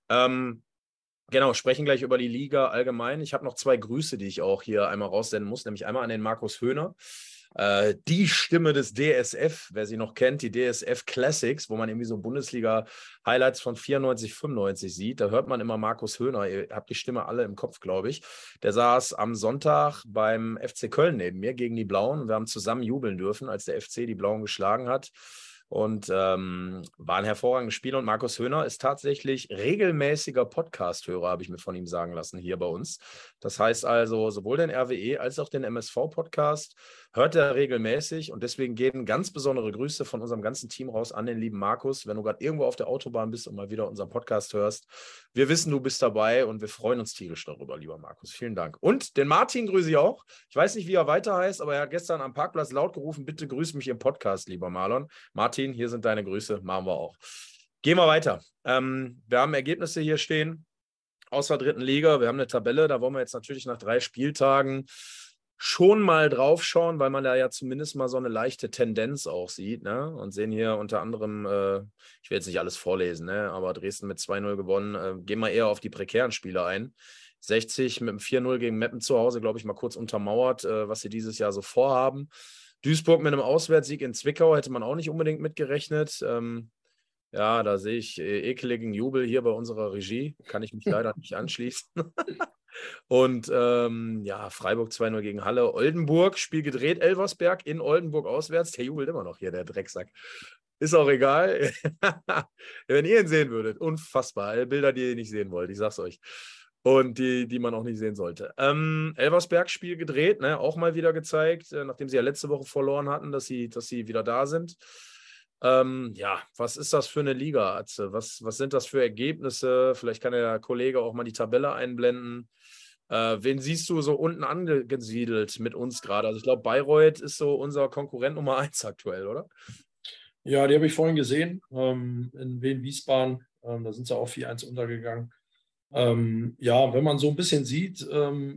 Genau, sprechen gleich über die Liga allgemein. Ich habe noch 2 Grüße, die ich auch hier einmal raussenden muss, nämlich einmal an den Markus Höhner, die Stimme des DSF, wer sie noch kennt, die DSF Classics, wo man irgendwie so Bundesliga-Highlights von 94, 95 sieht. Da hört man immer Markus Höhner. Ihr habt die Stimme alle im Kopf, glaube ich. Der saß am Sonntag beim FC Köln neben mir gegen die Blauen. Wir haben zusammen jubeln dürfen, als der FC die Blauen geschlagen hat. Und war ein hervorragendes Spiel. Und Markus Höhner ist tatsächlich regelmäßiger Podcast-Hörer, habe ich mir von ihm sagen lassen, hier bei uns. Das heißt also, sowohl den RWE als auch den MSV-Podcast hört er regelmäßig. Und deswegen gehen ganz besondere Grüße von unserem ganzen Team raus an den lieben Markus. Wenn du gerade irgendwo auf der Autobahn bist und mal wieder unseren Podcast hörst, wir wissen, du bist dabei und wir freuen uns tierisch darüber, lieber Markus. Vielen Dank. Und den Martin grüße ich auch. Ich weiß nicht, wie er weiter heißt, aber er hat gestern am Parkplatz laut gerufen, bitte grüß mich im Podcast, lieber Marlon. Martin, hier sind deine Grüße, machen wir auch. Gehen wir weiter. Wir haben Ergebnisse hier stehen aus der dritten Liga. Wir haben eine Tabelle, da wollen wir jetzt natürlich nach 3 Spieltagen schon mal drauf schauen, weil man da ja zumindest mal so eine leichte Tendenz auch sieht, ne? Und sehen hier unter anderem, ich will jetzt nicht alles vorlesen, ne? Aber Dresden mit 2-0 gewonnen. Gehen wir eher auf die prekären Spieler ein. 60 mit dem 4-0 gegen Meppen zu Hause, glaube ich, mal kurz untermauert, was sie dieses Jahr so vorhaben. Duisburg mit einem Auswärtssieg in Zwickau hätte man auch nicht unbedingt mitgerechnet. Ja, da sehe ich ekeligen Jubel hier bei unserer Regie. Kann ich mich leider nicht anschließen. Und ja, Freiburg 2-0 gegen Halle. Oldenburg, Spiel gedreht, Elversberg in Oldenburg auswärts. Der jubelt immer noch hier, der Drecksack. Ist auch egal. Wenn ihr ihn sehen würdet, unfassbar. Bilder, die ihr nicht sehen wollt, ich sag's euch. Und die man auch nicht sehen sollte. Elversberg, Spiel gedreht, ne? Auch mal wieder gezeigt, nachdem sie ja letzte Woche verloren hatten, dass sie wieder da sind. Ja, was ist das für eine Liga, Atze? Was sind das für Ergebnisse? Vielleicht kann der Kollege auch mal die Tabelle einblenden. Wen siehst du so unten angesiedelt mit uns gerade? Also ich glaube, Bayreuth ist so unser Konkurrent Nummer 1 aktuell, oder? Ja, die habe ich vorhin gesehen, in Wien-Wiesbaden. Da sind sie auch 4-1 untergegangen. Ja, wenn man so ein bisschen sieht,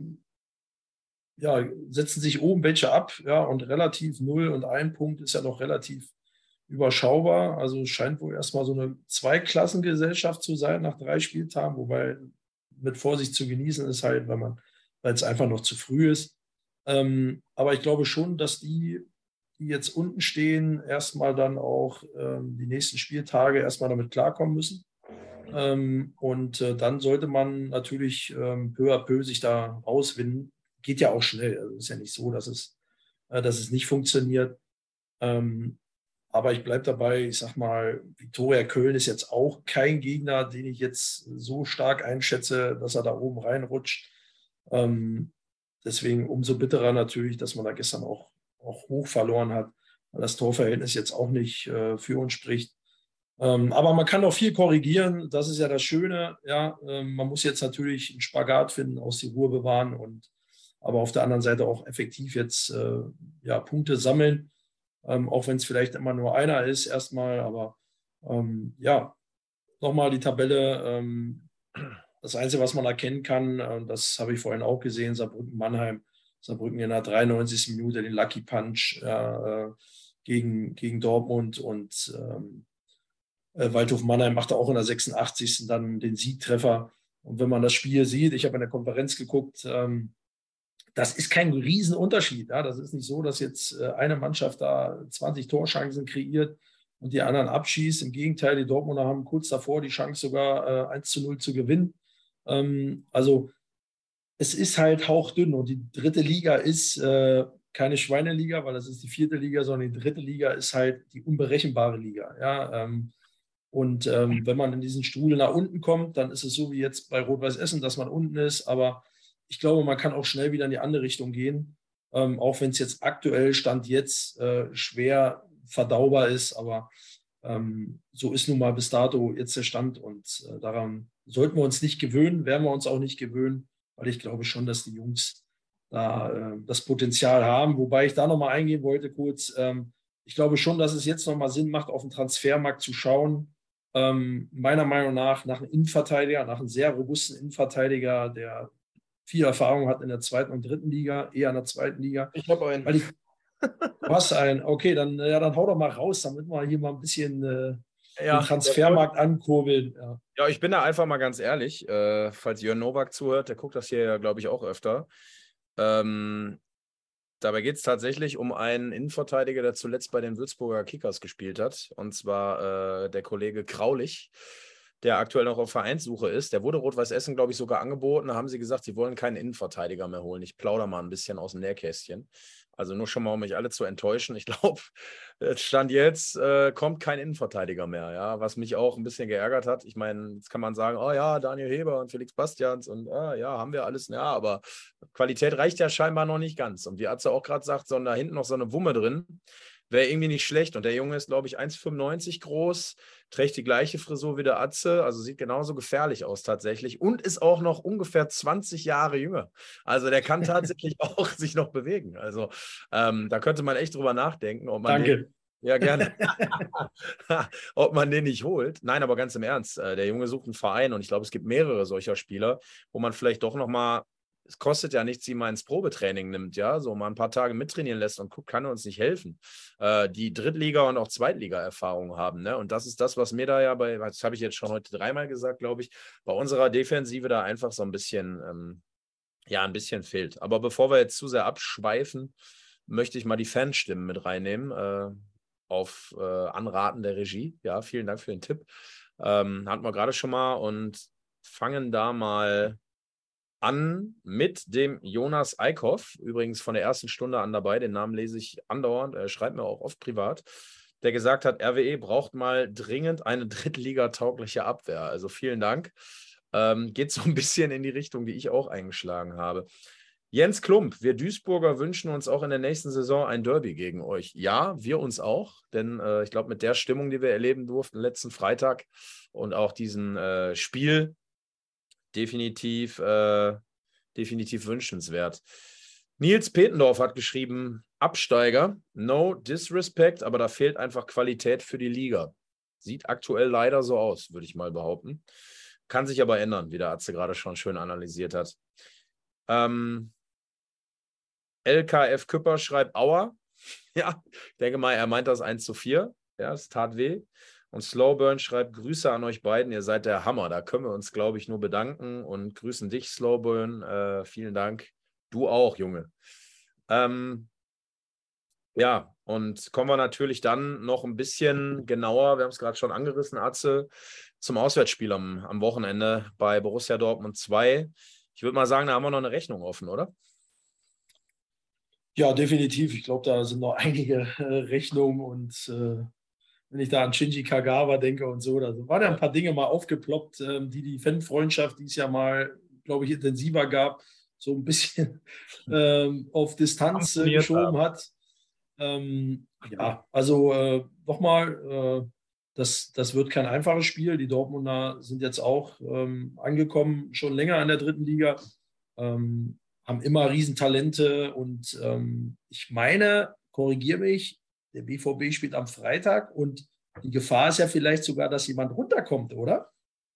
ja, setzen sich oben welche ab, ja, und relativ 0 und 1 Punkt ist ja noch relativ überschaubar. Also es scheint wohl erstmal so eine Zweiklassengesellschaft zu sein nach 3 Spieltagen, wobei mit Vorsicht zu genießen ist halt, weil es einfach noch zu früh ist. Aber ich glaube schon, dass die jetzt unten stehen, erstmal dann auch die nächsten Spieltage erstmal damit klarkommen müssen. Und dann sollte man natürlich peu à peu sich da rauswinden. Geht ja auch schnell. Also ist ja nicht so, dass es nicht funktioniert. Aber ich bleibe dabei, ich sag mal, Viktoria Köln ist jetzt auch kein Gegner, den ich jetzt so stark einschätze, dass er da oben reinrutscht. Deswegen umso bitterer natürlich, dass man da gestern auch hoch verloren hat, weil das Torverhältnis jetzt auch nicht für uns spricht. Aber man kann auch viel korrigieren, das ist ja das Schöne. Ja, man muss jetzt natürlich einen Spagat finden, aus die Ruhe bewahren aber auf der anderen Seite auch effektiv jetzt ja, Punkte sammeln. Auch wenn es vielleicht immer nur einer ist erstmal, aber ja, nochmal die Tabelle. Das Einzige, was man erkennen kann, das habe ich vorhin auch gesehen, Saarbrücken-Mannheim. Saarbrücken in der 93. Minute den Lucky Punch gegen Dortmund und Waldhof Mannheim machte auch in der 86. dann den Siegtreffer. Und wenn man das Spiel sieht, ich habe in der Konferenz geguckt, das ist kein Riesenunterschied. Ja? Das ist nicht so, dass jetzt eine Mannschaft da 20 Torchancen kreiert und die anderen abschießt. Im Gegenteil, die Dortmunder haben kurz davor die Chance sogar 1-0 zu gewinnen. Also es ist halt hauchdünn und die dritte Liga ist keine Schweineliga, weil das ist die 4. Liga, sondern die dritte Liga ist halt die unberechenbare Liga. Ja? Und wenn man in diesen Strudel nach unten kommt, dann ist es so wie jetzt bei Rot-Weiß Essen, dass man unten ist, aber ich glaube, man kann auch schnell wieder in die andere Richtung gehen, auch wenn es jetzt aktuell Stand jetzt schwer verdaubar ist. Aber so ist nun mal bis dato jetzt der Stand und daran sollten wir uns nicht gewöhnen, werden wir uns auch nicht gewöhnen, weil ich glaube schon, dass die Jungs da das Potenzial haben. Wobei ich da nochmal eingehen wollte kurz. Ich glaube schon, dass es jetzt nochmal Sinn macht, auf den Transfermarkt zu schauen. Meiner Meinung nach einem Innenverteidiger, nach einem sehr robusten Innenverteidiger, der viel Erfahrung hat in der 2. und 3. Liga, eher in der 2. Liga. Ich habe einen. Du hast einen. Okay, dann hau doch mal raus, damit wir hier mal ein bisschen den Transfermarkt ankurbeln. Ja, ich bin da einfach mal ganz ehrlich, falls Jörn Nowak zuhört, der guckt das hier ja, glaube ich, auch öfter. Dabei geht es tatsächlich um einen Innenverteidiger, der zuletzt bei den Würzburger Kickers gespielt hat. Und zwar der Kollege Kraulich, der aktuell noch auf Vereinssuche ist. Der wurde Rot-Weiß Essen, glaube ich, sogar angeboten. Da haben sie gesagt, sie wollen keinen Innenverteidiger mehr holen. Ich plaudere mal ein bisschen aus dem Nähkästchen. Also nur schon mal, um mich alle zu enttäuschen. Ich glaube, Stand jetzt kommt kein Innenverteidiger mehr, ja, was mich auch ein bisschen geärgert hat. Ich meine, jetzt kann man sagen, oh ja, Daniel Heber und Felix Bastians und ja, haben wir alles. Ja, aber Qualität reicht ja scheinbar noch nicht ganz. Und wie Atze auch gerade sagt, sondern da hinten noch so eine Wumme drin. Wäre irgendwie nicht schlecht. Und der Junge ist, glaube ich, 1,95 groß, trägt die gleiche Frisur wie der Atze, also sieht genauso gefährlich aus tatsächlich und ist auch noch ungefähr 20 Jahre jünger. Also der kann tatsächlich auch sich noch bewegen. Also da könnte man echt drüber nachdenken, ob man Ja, gerne. Ob man den nicht holt. Nein, aber ganz im Ernst. Der Junge sucht einen Verein und ich glaube, es gibt mehrere solcher Spieler, wo man vielleicht doch nochmal, es kostet ja nichts, sie mal ins Probetraining nimmt, ja, so mal ein paar Tage mittrainieren lässt und guckt, kann er uns nicht helfen. Die Drittliga- und auch Zweitliga-Erfahrung haben, ne? Und das ist das, was mir da ja das habe ich jetzt schon heute 3-mal gesagt, glaube ich, bei unserer Defensive da einfach so ein bisschen, ja, ein bisschen fehlt. Aber bevor wir jetzt zu sehr abschweifen, möchte ich mal die Fanstimmen mit reinnehmen. Auf Anraten der Regie. Ja, vielen Dank für den Tipp. Hatten wir gerade schon mal und fangen da mal an mit dem Jonas Eickhoff. Übrigens von der ersten Stunde an dabei. Den Namen lese ich andauernd. Er schreibt mir auch oft privat. Der gesagt hat, RWE braucht mal dringend eine Drittliga-taugliche Abwehr. Also vielen Dank. Geht so ein bisschen in die Richtung, die ich auch eingeschlagen habe. Jens Klump, wir Duisburger wünschen uns auch in der nächsten Saison ein Derby gegen euch. Ja, wir uns auch, denn ich glaube, mit der Stimmung, die wir erleben durften letzten Freitag und auch diesen Spiel, definitiv wünschenswert. Nils Petendorf hat geschrieben, Absteiger, no disrespect, aber da fehlt einfach Qualität für die Liga. Sieht aktuell leider so aus, würde ich mal behaupten. Kann sich aber ändern, wie der Atze gerade schon schön analysiert hat. LKF Küpper schreibt Aua. Ja, ich denke mal, er meint das 1:4. Ja, es tat weh. Und Slowburn schreibt Grüße an euch beiden. Ihr seid der Hammer. Da können wir uns, glaube ich, nur bedanken und grüßen dich, Slowburn. Vielen Dank. Du auch, Junge. Ja, und kommen wir natürlich dann noch ein bisschen genauer, wir haben es gerade schon angerissen, Atze, zum Auswärtsspiel am Wochenende bei Borussia Dortmund 2. Ich würde mal sagen, da haben wir noch eine Rechnung offen, oder? Ja, definitiv. Ich glaube, da sind noch einige Rechnungen und wenn ich da an Shinji Kagawa denke und so, da waren ja ein paar Dinge mal aufgeploppt, die Fanfreundschaft, die es ja mal, glaube ich, intensiver gab, so ein bisschen auf Distanz geschoben hat. Ja, also nochmal, das wird kein einfaches Spiel. Die Dortmunder sind jetzt auch angekommen, schon länger in der dritten Liga, haben immer Riesentalente und ich meine, korrigiere mich, der BVB spielt am Freitag und die Gefahr ist ja vielleicht sogar, dass jemand runterkommt, oder?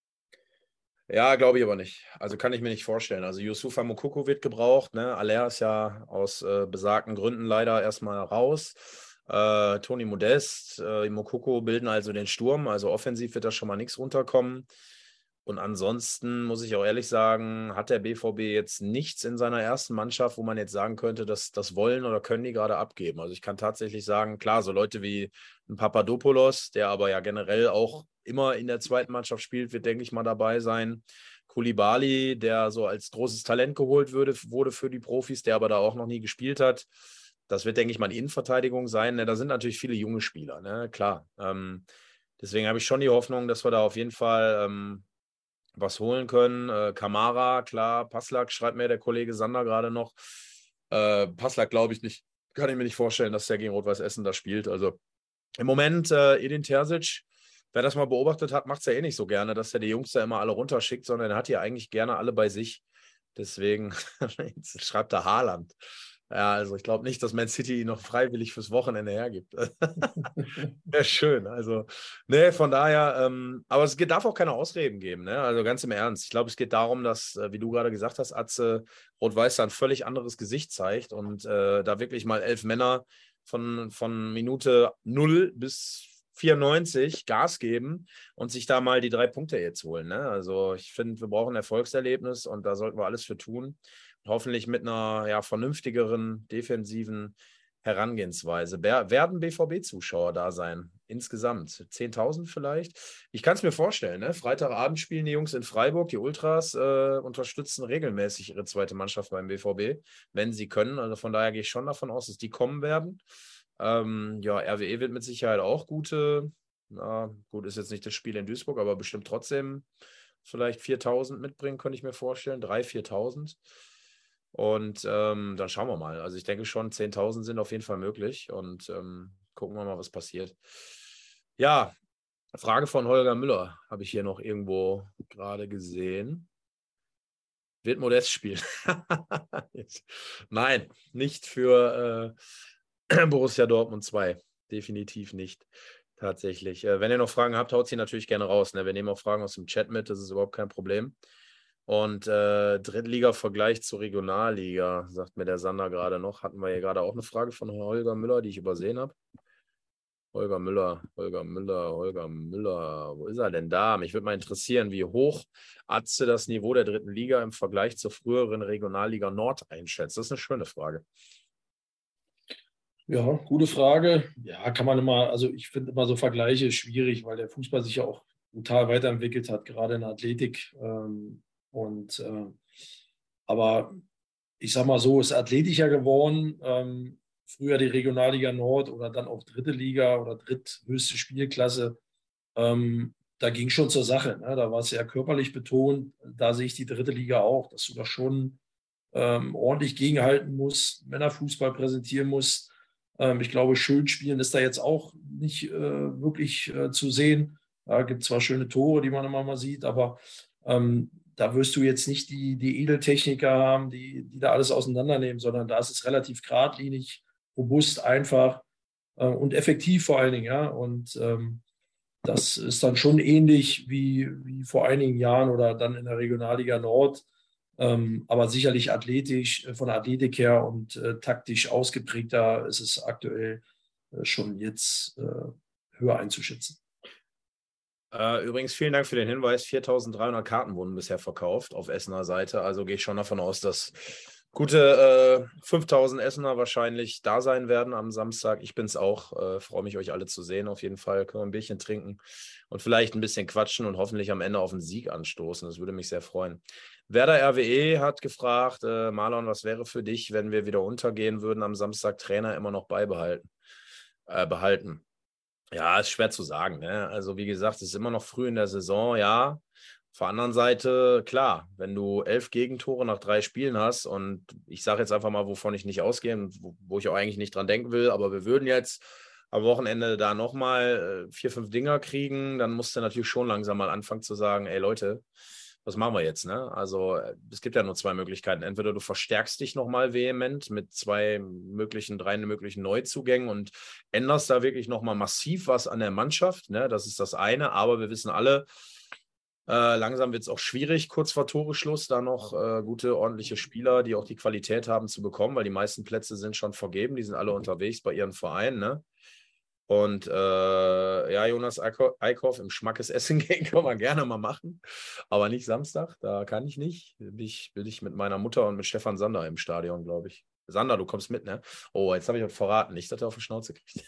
Ja, glaube ich aber nicht. Also kann ich mir nicht vorstellen. Also Yusufa Moukoko wird gebraucht. Ne? Aller ist ja aus besagten Gründen leider erstmal raus. Toni Modest, Moukoko bilden also den Sturm. Also offensiv wird da schon mal nichts runterkommen. Und ansonsten muss ich auch ehrlich sagen, hat der BVB jetzt nichts in seiner ersten Mannschaft, wo man jetzt sagen könnte, dass das wollen oder können die gerade abgeben. Also ich kann tatsächlich sagen, klar, so Leute wie ein Papadopoulos, der aber ja generell auch immer in der zweiten Mannschaft spielt, wird, denke ich mal, dabei sein. Koulibaly, der so als großes Talent geholt wurde für die Profis, der aber da auch noch nie gespielt hat. Das wird, denke ich mal, die Innenverteidigung sein. Ne? Da sind natürlich viele junge Spieler, ne? Klar. Deswegen habe ich schon die Hoffnung, dass wir da auf jeden Fall was holen können. Kamara, klar. Passlack schreibt mir der Kollege Sander gerade noch. Passlack glaube ich nicht. Kann ich mir nicht vorstellen, dass der gegen Rot-Weiß Essen da spielt. Also im Moment Edin Terzic, wer das mal beobachtet hat, macht es ja eh nicht so gerne, dass er die Jungs da immer alle runterschickt, sondern er hat die eigentlich gerne alle bei sich. Deswegen schreibt er Haaland. Ja, also ich glaube nicht, dass Man City ihn noch freiwillig fürs Wochenende hergibt. Wäre schön. Also, ne, von daher, aber es darf auch keine Ausreden geben, ne? Also ganz im Ernst. Ich glaube, es geht darum, dass, wie du gerade gesagt hast, Atze, Rot-Weiß da ein völlig anderes Gesicht zeigt und da wirklich mal 11 Männer von Minute 0 bis 94 Gas geben und sich da mal die 3 Punkte jetzt holen. Ne? Also ich finde, wir brauchen ein Erfolgserlebnis und da sollten wir alles für tun. Hoffentlich mit einer ja, vernünftigeren defensiven Herangehensweise. Werden BVB-Zuschauer da sein? Insgesamt 10.000 vielleicht? Ich kann es mir vorstellen. Ne? Freitagabend spielen die Jungs in Freiburg. Die Ultras unterstützen regelmäßig ihre zweite Mannschaft beim BVB, wenn sie können. Also von daher gehe ich schon davon aus, dass die kommen werden. Ja, RWE wird mit Sicherheit auch gut, ist jetzt nicht das Spiel in Duisburg, aber bestimmt trotzdem vielleicht 4.000 mitbringen, könnte ich mir vorstellen. 3.000, 4.000. Und dann schauen wir mal. Also ich denke schon, 10.000 sind auf jeden Fall möglich und gucken wir mal, was passiert. Ja, Frage von Holger Müller habe ich hier noch irgendwo gerade gesehen. Wird Modest spielen? Nein, nicht für Borussia Dortmund 2. definitiv nicht. Tatsächlich. Wenn ihr noch Fragen habt, haut sie natürlich gerne raus. Ne? Wir nehmen auch Fragen aus dem Chat mit, das ist überhaupt kein Problem. Und Drittliga-Vergleich zur Regionalliga, sagt mir der Sander gerade noch. Hatten wir hier gerade auch eine Frage von Holger Müller, die ich übersehen habe. Holger Müller. Wo ist er denn da? Mich würde mal interessieren, wie hoch Atze das Niveau der dritten Liga im Vergleich zur früheren Regionalliga Nord einschätzt. Das ist eine schöne Frage. Ja, gute Frage. Ja, kann man immer, also ich finde immer so Vergleiche schwierig, weil der Fußball sich ja auch brutal weiterentwickelt hat, gerade in der Athletik. Aber ich sag mal so, ist athletischer geworden. Früher die Regionalliga Nord oder dann auch dritte Liga oder dritthöchste Spielklasse. Da ging schon zur Sache. Ne? Da war es sehr körperlich betont. Da sehe ich die dritte Liga auch, dass du da schon ordentlich gegenhalten musst, Männerfußball präsentieren musst. Ich glaube, schön spielen ist da jetzt auch nicht wirklich zu sehen. Da gibt es zwar schöne Tore, die man immer mal sieht, aber da wirst du jetzt nicht die Edeltechniker haben, die da alles auseinandernehmen, sondern da ist es relativ geradlinig, robust, einfach und effektiv vor allen Dingen. Ja? Und das ist dann schon ähnlich wie vor einigen Jahren oder dann in der Regionalliga Nord. Aber sicherlich athletisch, von der Athletik her und taktisch ausgeprägter ist es aktuell schon jetzt höher einzuschätzen. Übrigens, vielen Dank für den Hinweis. 4.300 Karten wurden bisher verkauft auf Essener Seite. Also gehe ich schon davon aus, dass gute 5.000 Essener wahrscheinlich da sein werden am Samstag. Ich bin es auch. Freue mich, euch alle zu sehen. Auf jeden Fall können wir ein Bierchen trinken und vielleicht ein bisschen quatschen und hoffentlich am Ende auf einen Sieg anstoßen. Das würde mich sehr freuen. Werder RWE hat gefragt, Marlon, was wäre für dich, wenn wir wieder untergehen würden, am Samstag Trainer immer noch behalten? Ja, ist schwer zu sagen. Ne? Also wie gesagt, es ist immer noch früh in der Saison, ja. Auf der anderen Seite, klar, wenn du 11 Gegentore nach 3 Spielen hast und ich sage jetzt einfach mal, wovon ich nicht ausgehe und wo ich auch eigentlich nicht dran denken will, aber wir würden jetzt am Wochenende da nochmal 4, 5 Dinger kriegen, dann musst du natürlich schon langsam mal anfangen zu sagen, ey Leute, was machen wir jetzt? Ne? Also es gibt ja nur 2 Möglichkeiten. Entweder du verstärkst dich nochmal vehement mit 3 möglichen Neuzugängen und änderst da wirklich nochmal massiv was an der Mannschaft. Ne? Das ist das eine. Aber wir wissen alle, langsam wird es auch schwierig, kurz vor Toreschluss da noch gute, ordentliche Spieler, die auch die Qualität haben, zu bekommen, weil die meisten Plätze sind schon vergeben. Die sind alle unterwegs bei ihren Vereinen. Ne? Und ja, Jonas Eickhoff im Schmackes Essen gehen können wir gerne mal machen, aber nicht Samstag, da kann ich nicht. Bin ich mit meiner Mutter und mit Stefan Sander im Stadion, glaube ich. Sander, du kommst mit, ne? Oh, jetzt habe ich euch verraten, nicht, dass er auf die Schnauze kriegt.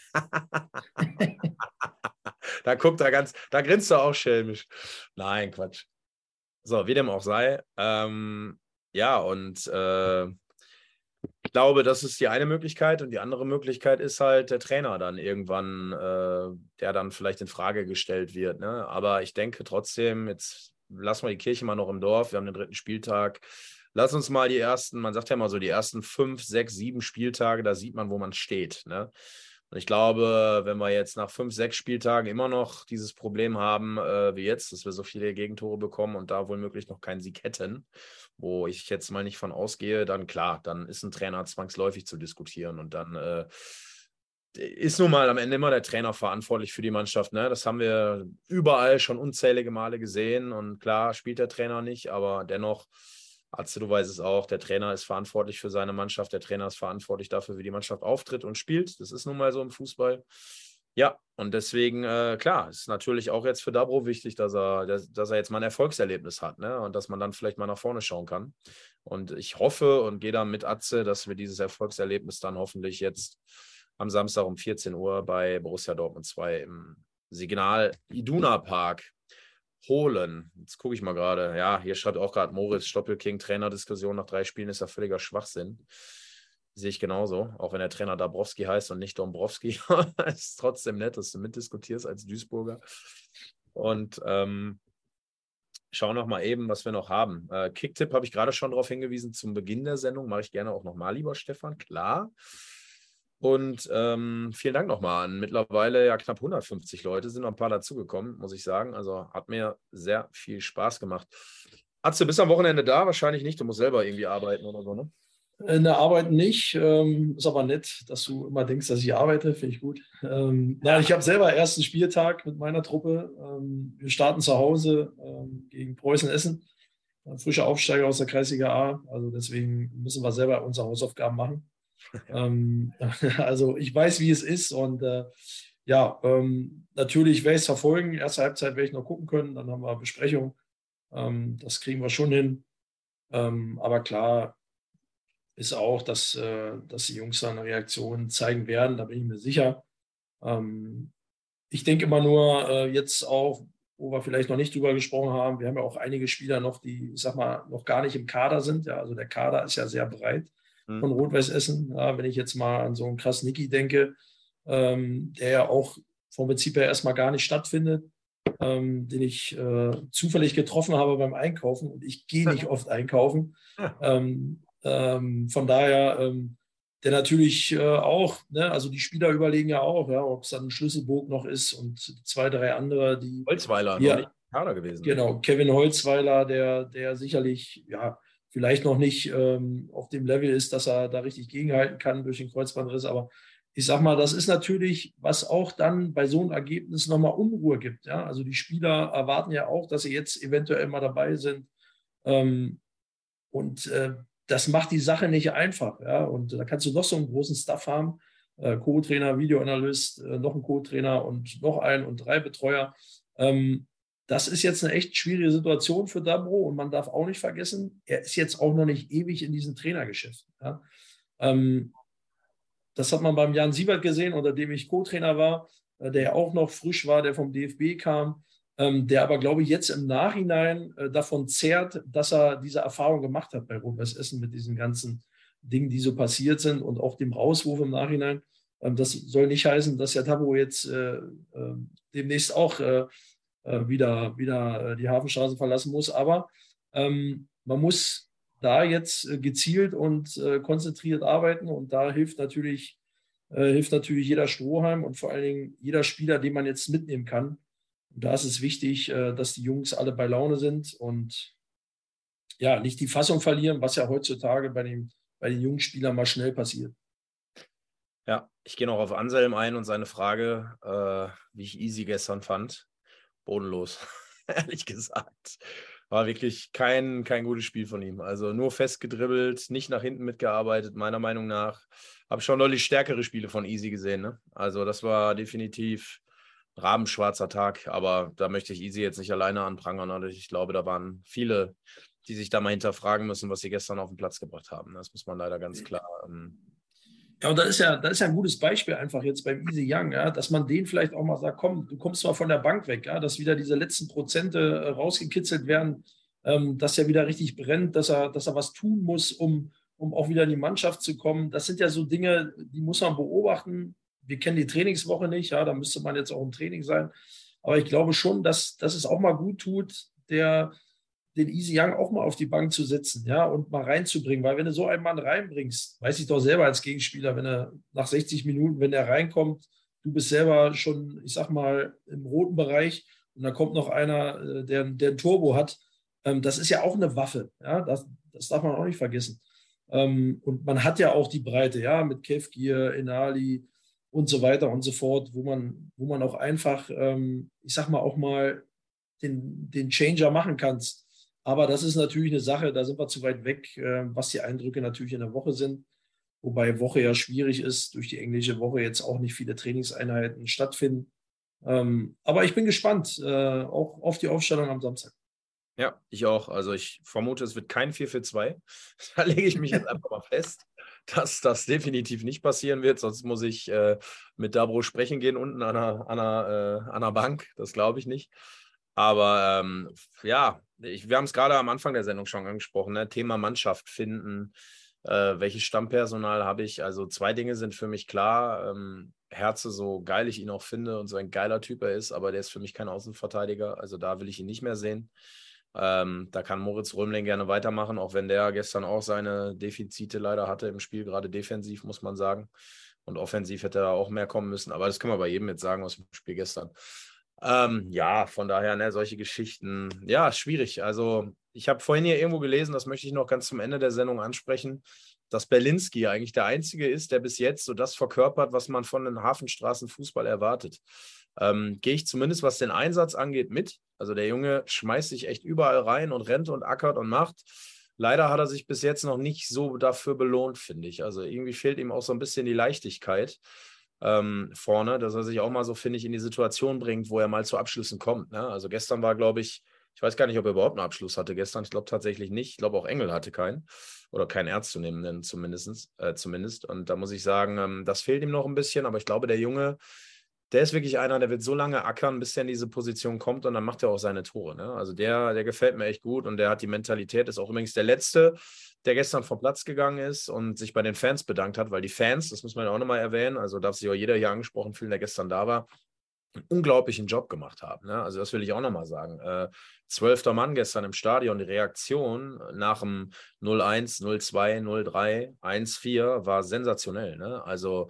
Da guckt er da grinst er auch schelmisch. Nein, Quatsch. So, wie dem auch sei. Ja, und ich glaube, das ist die eine Möglichkeit und die andere Möglichkeit ist halt der Trainer dann irgendwann, der dann vielleicht in Frage gestellt wird. Ne? Aber ich denke trotzdem, jetzt lassen wir die Kirche mal noch im Dorf, wir haben den 3. Spieltag. Lass uns mal man sagt ja mal so, die ersten 5, 6, 7 Spieltage, da sieht man, wo man steht. Ne? Und ich glaube, wenn wir jetzt nach 5, 6 Spieltagen immer noch dieses Problem haben, wie jetzt, dass wir so viele Gegentore bekommen und da womöglich noch keinen Sieg hätten, wo ich jetzt mal nicht von ausgehe, dann klar, dann ist ein Trainer zwangsläufig zu diskutieren und dann ist nun mal am Ende immer der Trainer verantwortlich für die Mannschaft. Ne? Das haben wir überall schon unzählige Male gesehen und klar spielt der Trainer nicht, aber dennoch, Atze, du weißt es auch, der Trainer ist verantwortlich für seine Mannschaft, der Trainer ist verantwortlich dafür, wie die Mannschaft auftritt und spielt. Das ist nun mal so im Fußball. Ja, und deswegen, klar, ist natürlich auch jetzt für Dabro wichtig, dass er jetzt mal ein Erfolgserlebnis hat, ne? Und dass man dann vielleicht mal nach vorne schauen kann. Und ich hoffe und gehe da mit Atze, dass wir dieses Erfolgserlebnis dann hoffentlich jetzt am Samstag um 14 Uhr bei Borussia Dortmund 2 im Signal Iduna Park holen. Jetzt gucke ich mal gerade. Ja, hier schreibt auch gerade Moritz Stoppelking, Trainerdiskussion nach 3 Spielen ist ja völliger Schwachsinn. Sehe ich genauso. Auch wenn der Trainer Dabrowski heißt und nicht Dombrowski. Ist trotzdem nett, dass du mitdiskutierst als Duisburger. Und schauen noch mal eben, was wir noch haben. Kicktipp habe ich gerade schon darauf hingewiesen zum Beginn der Sendung. Mache ich gerne auch nochmal, lieber Stefan. Klar. Und vielen Dank nochmal an mittlerweile ja knapp 150 Leute, sind noch ein paar dazugekommen, muss ich sagen. Also hat mir sehr viel Spaß gemacht. Atze, bist du am Wochenende da? Wahrscheinlich nicht, du musst selber irgendwie arbeiten oder so, ne? In der Arbeit nicht. Ist aber nett, dass du immer denkst, dass ich arbeite. Finde ich gut. Nein, ich habe selber ersten Spieltag mit meiner Truppe. Wir starten zu Hause gegen Preußen Essen. Frische Aufsteiger aus der Kreisliga A. Also deswegen müssen wir selber unsere Hausaufgaben machen. Also ich weiß, wie es ist. Und ja, natürlich werde ich es verfolgen. Erste Halbzeit werde ich noch gucken können. Dann haben wir Besprechung. Das kriegen wir schon hin. Aber klar ist auch, dass die Jungs da eine Reaktion zeigen werden, da bin ich mir sicher. Ich denke immer nur jetzt auch, wo wir vielleicht noch nicht drüber gesprochen haben, wir haben ja auch einige Spieler noch, die, ich sag mal, noch gar nicht im Kader sind. Ja, also der Kader ist ja sehr breit von Rot-Weiß Essen. Ja, wenn ich jetzt mal an so einen Krasniqi denke, der ja auch vom Prinzip her erstmal gar nicht stattfindet, den ich zufällig getroffen habe beim Einkaufen und ich gehe nicht oft einkaufen. Von daher, der natürlich auch, ne, also die Spieler überlegen ja auch, ja, ob es dann ein Schlüsselburg noch ist und 2, 3 andere, die. Holzweiler, Ja, noch nicht im Kader gewesen. Genau, Kevin Holzweiler, der sicherlich, ja, vielleicht noch nicht auf dem Level ist, dass er da richtig gegenhalten kann durch den Kreuzbandriss, aber ich sag mal, das ist natürlich, was auch dann bei so einem Ergebnis nochmal Unruhe gibt. Ja? Also die Spieler erwarten ja auch, dass sie jetzt eventuell mal dabei sind. Und das macht die Sache nicht einfach. Ja? Und da kannst du noch so einen großen Staff haben, Co-Trainer, Videoanalyst, noch einen Co-Trainer und noch einen und 3 Betreuer. Das ist jetzt eine echt schwierige Situation für Dabro und man darf auch nicht vergessen, er ist jetzt auch noch nicht ewig in diesem Trainergeschäft. Ja? Das hat man beim Jan Siebert gesehen, unter dem ich Co-Trainer war, der ja auch noch frisch war, der vom DFB kam, der aber, glaube ich, jetzt im Nachhinein davon zehrt, dass er diese Erfahrung gemacht hat bei Rot-Weiß Essen mit diesen ganzen Dingen, die so passiert sind und auch dem Rauswurf im Nachhinein. Das soll nicht heißen, dass der Tabo jetzt demnächst auch wieder die Hafenstraße verlassen muss, aber man muss da jetzt gezielt und konzentriert arbeiten und da hilft natürlich jeder Strohhalm und vor allen Dingen jeder Spieler, den man jetzt mitnehmen kann. Und da ist es wichtig, dass die Jungs alle bei Laune sind und ja, nicht die Fassung verlieren, was ja heutzutage bei den jungen Spielern mal schnell passiert. Ja, ich gehe noch auf Anselm ein und seine Frage, wie ich Easy gestern fand. Bodenlos, ehrlich gesagt. War wirklich kein gutes Spiel von ihm. Also nur festgedribbelt, nicht nach hinten mitgearbeitet, meiner Meinung nach. Habe schon deutlich stärkere Spiele von Easy gesehen. Ne? Also das war definitiv ein rabenschwarzer Tag. Aber da möchte ich Easy jetzt nicht alleine anprangern. Also ich glaube, da waren viele, die sich da mal hinterfragen müssen, was sie gestern auf den Platz gebracht haben. Das muss man leider ganz klar. Ja, und das ist ja ein gutes Beispiel einfach jetzt beim Easy Young, ja, dass man denen vielleicht auch mal sagt, komm, du kommst mal von der Bank weg, ja, dass wieder diese letzten Prozente rausgekitzelt werden, dass er wieder richtig brennt, dass er was tun muss, um auch wieder in die Mannschaft zu kommen. Das sind ja so Dinge, die muss man beobachten. Wir kennen die Trainingswoche nicht, ja, da müsste man jetzt auch im Training sein. Aber ich glaube schon, dass es auch mal gut tut, den Easy Young auch mal auf die Bank zu setzen, ja, und mal reinzubringen. Weil wenn du so einen Mann reinbringst, weiß ich doch selber als Gegenspieler, wenn er nach 60 Minuten, wenn er reinkommt, du bist selber schon, ich sag mal, im roten Bereich und da kommt noch einer, der ein Turbo hat. Das ist ja auch eine Waffe, ja, das darf man auch nicht vergessen. Und man hat ja auch die Breite, ja, mit Kevgir, Enali und so weiter und so fort, wo man auch einfach, ich sag mal, auch mal den Changer machen kannst. Aber das ist natürlich eine Sache, da sind wir zu weit weg, was die Eindrücke natürlich in der Woche sind. Wobei Woche ja schwierig ist, durch die englische Woche jetzt auch nicht viele Trainingseinheiten stattfinden. Aber ich bin gespannt, auch auf die Aufstellung am Samstag. Ja, ich auch. Also ich vermute, es wird kein 4-4-2. Da lege ich mich jetzt einfach mal fest, dass das definitiv nicht passieren wird. Sonst muss ich mit Dabro sprechen gehen unten an einer Bank. Das glaube ich nicht. Aber ja, wir haben es gerade am Anfang der Sendung schon angesprochen, ne? Thema Mannschaft finden. Welches Stammpersonal habe ich? Also 2 Dinge sind für mich klar. Herze, so geil ich ihn auch finde und so ein geiler Typ er ist, aber der ist für mich kein Außenverteidiger. Also da will ich ihn nicht mehr sehen. Da kann Moritz Römling gerne weitermachen, auch wenn der gestern auch seine Defizite leider hatte im Spiel, gerade defensiv, muss man sagen. Und offensiv hätte er auch mehr kommen müssen. Aber das können wir bei jedem jetzt sagen aus dem Spiel gestern. Ja, von daher, ne, solche Geschichten, ja, schwierig. Also ich habe vorhin hier irgendwo gelesen, das möchte ich noch ganz zum Ende der Sendung ansprechen, dass Berlinski eigentlich der Einzige ist, der bis jetzt so das verkörpert, was man von einem Hafenstraßenfußball erwartet. Gehe ich zumindest, was den Einsatz angeht, mit. Also der Junge schmeißt sich echt überall rein und rennt und ackert und macht. Leider hat er sich bis jetzt noch nicht so dafür belohnt, finde ich. Also irgendwie fehlt ihm auch so ein bisschen die Leichtigkeit vorne, dass er sich auch mal so, finde ich, in die Situation bringt, wo er mal zu Abschlüssen kommt. Ne? Also gestern war, glaube ich weiß gar nicht, ob er überhaupt einen Abschluss hatte gestern. Ich glaube tatsächlich nicht. Ich glaube auch Engel hatte keinen. Oder keinen ernstzunehmenden zumindest. Und da muss ich sagen, das fehlt ihm noch ein bisschen. Aber ich glaube, der Junge, der ist wirklich einer, der wird so lange ackern, bis er in diese Position kommt und dann macht er auch seine Tore. Ne? Also der gefällt mir echt gut und der hat die Mentalität, ist auch übrigens der Letzte, der gestern vom Platz gegangen ist und sich bei den Fans bedankt hat, weil die Fans, das muss man ja auch nochmal erwähnen, also darf sich auch jeder hier angesprochen fühlen, der gestern da war, einen unglaublichen Job gemacht haben. Ne? Also das will ich auch nochmal sagen. 12. Mann gestern im Stadion, die Reaktion nach dem 0-1, 0-2, 0-3, 1-4 war sensationell. Ne? Also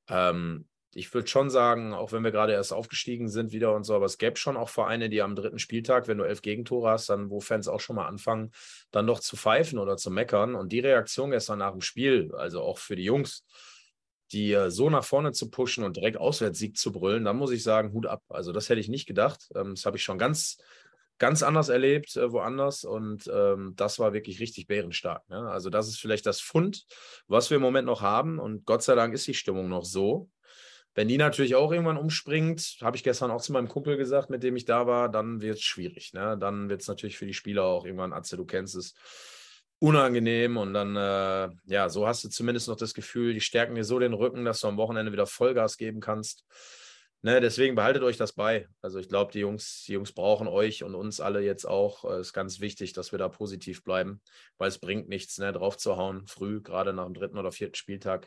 ich würde schon sagen, auch wenn wir gerade erst aufgestiegen sind wieder und so, aber es gäbe schon auch Vereine, die am 3. Spieltag, wenn du 11 Gegentore hast, dann wo Fans auch schon mal anfangen, dann doch zu pfeifen oder zu meckern. Und die Reaktion gestern nach dem Spiel, also auch für die Jungs, die so nach vorne zu pushen und direkt Auswärtssieg zu brüllen, dann muss ich sagen, Hut ab. Also das hätte ich nicht gedacht. Das habe ich schon ganz anders erlebt woanders und das war wirklich richtig bärenstark. Ne? Also das ist vielleicht das Pfund, was wir im Moment noch haben und Gott sei Dank ist die Stimmung noch so. Wenn die natürlich auch irgendwann umspringt, habe ich gestern auch zu meinem Kumpel gesagt, mit dem ich da war, dann wird es schwierig. Ne? Dann wird es natürlich für die Spieler auch irgendwann, Atze, du kennst es, unangenehm und dann, ja, so hast du zumindest noch das Gefühl, die stärken dir so den Rücken, dass du am Wochenende wieder Vollgas geben kannst. Ne, deswegen behaltet euch das bei. Also ich glaube, die Jungs brauchen euch und uns alle jetzt auch. Es ist ganz wichtig, dass wir da positiv bleiben, weil es bringt nichts, ne, drauf zu hauen, früh, gerade nach dem 3. oder 4. Spieltag.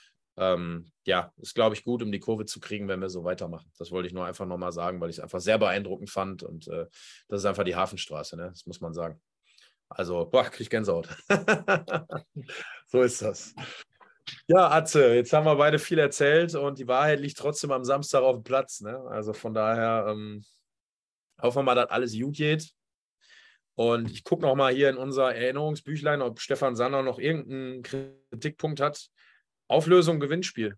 Ja, ist, glaube ich, gut, um die Kurve zu kriegen, wenn wir so weitermachen. Das wollte ich nur einfach nochmal sagen, weil ich es einfach sehr beeindruckend fand und das ist einfach die Hafenstraße, ne? Das muss man sagen. Also, boah, krieg ich Gänsehaut. So ist das. Ja, Atze, jetzt haben wir beide viel erzählt und die Wahrheit liegt trotzdem am Samstag auf dem Platz. Ne? Also von daher hoffen wir mal, dass alles gut geht. Und ich gucke noch mal hier in unser Erinnerungsbüchlein, ob Stefan Sander noch irgendeinen Kritikpunkt hat. Auflösung, Gewinnspiel.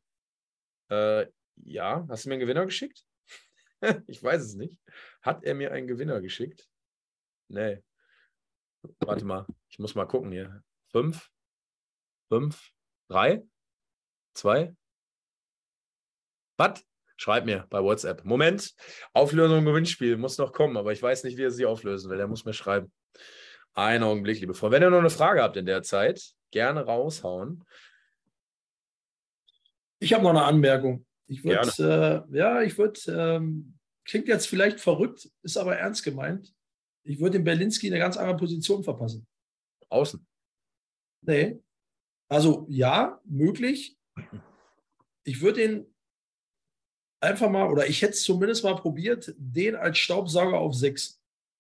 Ja, hast du mir einen Gewinner geschickt? Ich weiß es nicht. Hat er mir einen Gewinner geschickt? Nee. Warte mal, ich muss mal gucken hier. 5, 3, 2. Was? Schreib mir bei WhatsApp. Moment, Auflösung, Gewinnspiel muss noch kommen, aber ich weiß nicht, wie er sie auflösen will. Er muss mir schreiben. Einen Augenblick, liebe Freunde. Wenn ihr noch eine Frage habt in der Zeit, gerne raushauen. Ich habe noch eine Anmerkung. Ich würde, klingt jetzt vielleicht verrückt, ist aber ernst gemeint. Ich würde dem Berlinski eine ganz andere Position verpassen. Außen. Nee. Also ja, möglich. Ich würde ihn einfach mal, oder ich hätte es zumindest mal probiert, den als Staubsauger auf 6.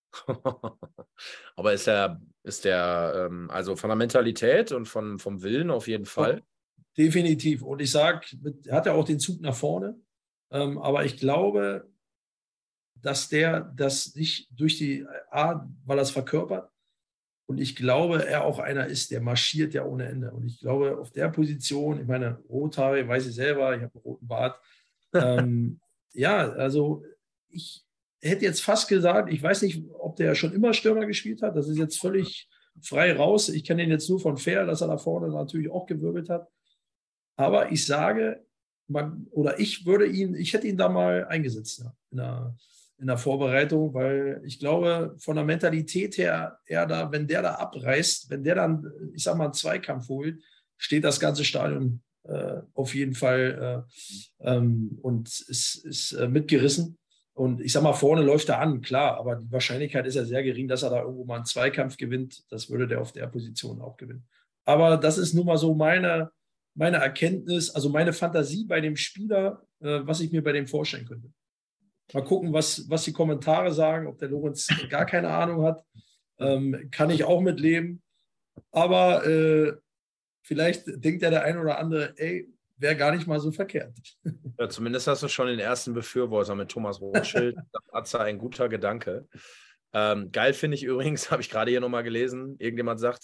Aber ist der also von der Mentalität und vom Willen auf jeden Fall? Definitiv. Und ich sage, er hat ja auch den Zug nach vorne. Aber ich glaube, dass der das nicht durch die A, weil er es verkörpert. Und ich glaube, er auch einer ist, der marschiert ja ohne Ende. Und ich glaube, auf der Position, ich meine, Rothaare, weiß ich selber, ich habe einen roten Bart. Ja, also ich hätte jetzt fast gesagt, ich weiß nicht, ob der schon immer Stürmer gespielt hat. Das ist jetzt völlig frei raus. Ich kenne ihn jetzt nur von Fair, dass er da vorne natürlich auch gewirbelt hat. Aber ich sage, ich hätte ihn da mal eingesetzt, ja, in der Vorbereitung, weil ich glaube, von der Mentalität her, wenn der da abreißt, wenn der dann, ich sag mal, einen Zweikampf holt, steht das ganze Stadion auf jeden Fall und ist mitgerissen. Und ich sag mal, vorne läuft er an, klar, aber die Wahrscheinlichkeit ist ja sehr gering, dass er da irgendwo mal einen Zweikampf gewinnt. Das würde der auf der Position auch gewinnen. Aber das ist nun mal so meine Erkenntnis, also meine Fantasie bei dem Spieler, was ich mir bei dem vorstellen könnte. Mal gucken, was die Kommentare sagen, ob der Lorenz gar keine Ahnung hat. Kann ich auch mitleben. Aber vielleicht denkt ja der ein oder andere, ey, wäre gar nicht mal so verkehrt. Ja, zumindest hast du schon den ersten Befürworter mit Thomas Rothschild. Atze, ein guter Gedanke. Geil finde ich übrigens, habe ich gerade hier nochmal gelesen, irgendjemand sagt,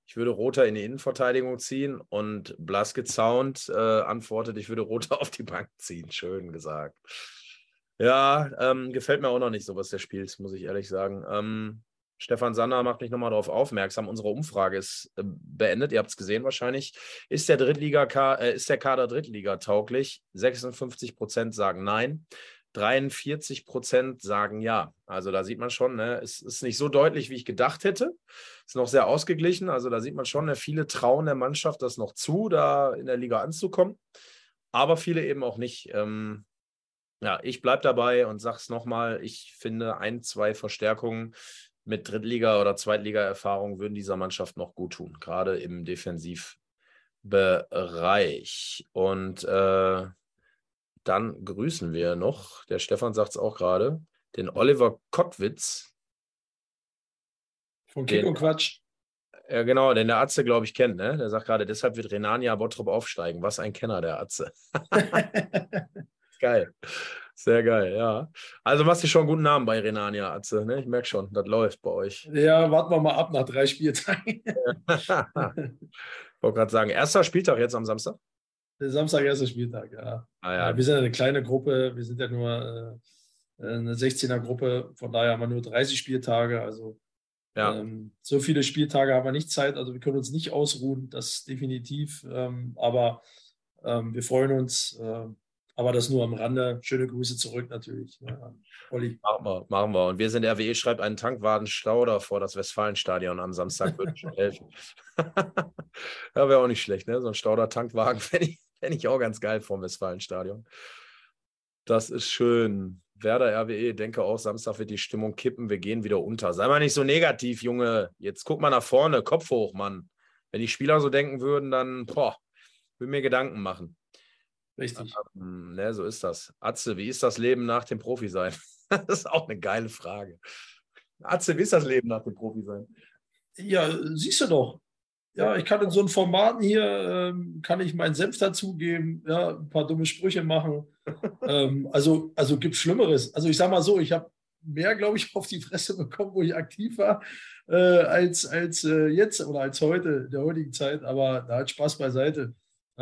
ich würde Rother in die Innenverteidigung ziehen und Blasketsound antwortet, ich würde Rother auf die Bank ziehen. Schön gesagt. Ja, gefällt mir auch noch nicht so, was der spielt, muss ich ehrlich sagen. Stefan Sander macht mich nochmal darauf aufmerksam. Unsere Umfrage ist beendet. Ihr habt es gesehen wahrscheinlich. Ist der Kader Drittliga tauglich? 56% sagen nein. 43% sagen ja. Also da sieht man schon, ne, es ist nicht so deutlich, wie ich gedacht hätte. Ist noch sehr ausgeglichen. Also da sieht man schon, ne, viele trauen der Mannschaft das noch zu, da in der Liga anzukommen. Aber viele eben auch nicht. Ja, ich bleibe dabei und sage es nochmal. Ich finde, 1, 2 Verstärkungen mit Drittliga- oder Zweitliga-Erfahrung würden dieser Mannschaft noch gut tun, gerade im Defensivbereich. Und dann grüßen wir noch, der Stefan sagt es auch gerade, den Oliver Kottwitz. Von Kick und Quatsch. Ja, genau, den der Atze, glaube ich, kennt. Ne? Der sagt gerade, deshalb wird Rhenania Bottrop aufsteigen. Was ein Kenner, der Atze. Geil. Sehr geil, ja. Also machst du schon einen guten Namen bei Rhenania, Atze. Ne? Ich merke schon, das läuft bei euch. Ja, warten wir mal ab nach 3 Spieltagen. Ich wollte gerade sagen, erster Spieltag jetzt am Samstag? Der Samstag, erster Spieltag, ja. Ah, Ja, ja. wir sind eine kleine Gruppe, wir sind ja nur eine 16er-Gruppe, von daher haben wir nur 30 Spieltage. Also Ja. so viele Spieltage haben wir nicht Zeit, also wir können uns nicht ausruhen, das definitiv. Aber wir freuen uns, aber das nur am Rande. Schöne Grüße zurück natürlich. Ja, Olli. Machen wir. Und wir sind RWE, schreibt einen Tankwagen-Stauder vor das Westfalenstadion am Samstag, würde schon helfen. Ja, wäre auch nicht schlecht, ne? So ein Stauder-Tankwagen fände ich auch ganz geil vom Westfalenstadion. Das ist schön. Werder RWE, denke auch, Samstag wird die Stimmung kippen, wir gehen wieder unter. Sei mal nicht so negativ, Junge. Jetzt guck mal nach vorne, Kopf hoch, Mann. Wenn die Spieler so denken würden, dann, würde mir Gedanken machen. Richtig. Ne, so ist das. Atze, wie ist das Leben nach dem Profi-Sein? Das ist auch eine geile Frage. Atze, wie ist das Leben nach dem Profi-Sein? Ja, siehst du doch. Ja, ich kann in so einem Formaten hier, kann ich meinen Senf dazugeben, ja, ein paar dumme Sprüche machen. Also gibt es Schlimmeres. Also ich sag mal so, ich habe mehr, glaube ich, auf die Fresse bekommen, wo ich aktiv war, als jetzt oder als heute, in der heutigen Zeit. Aber da hat Spaß beiseite.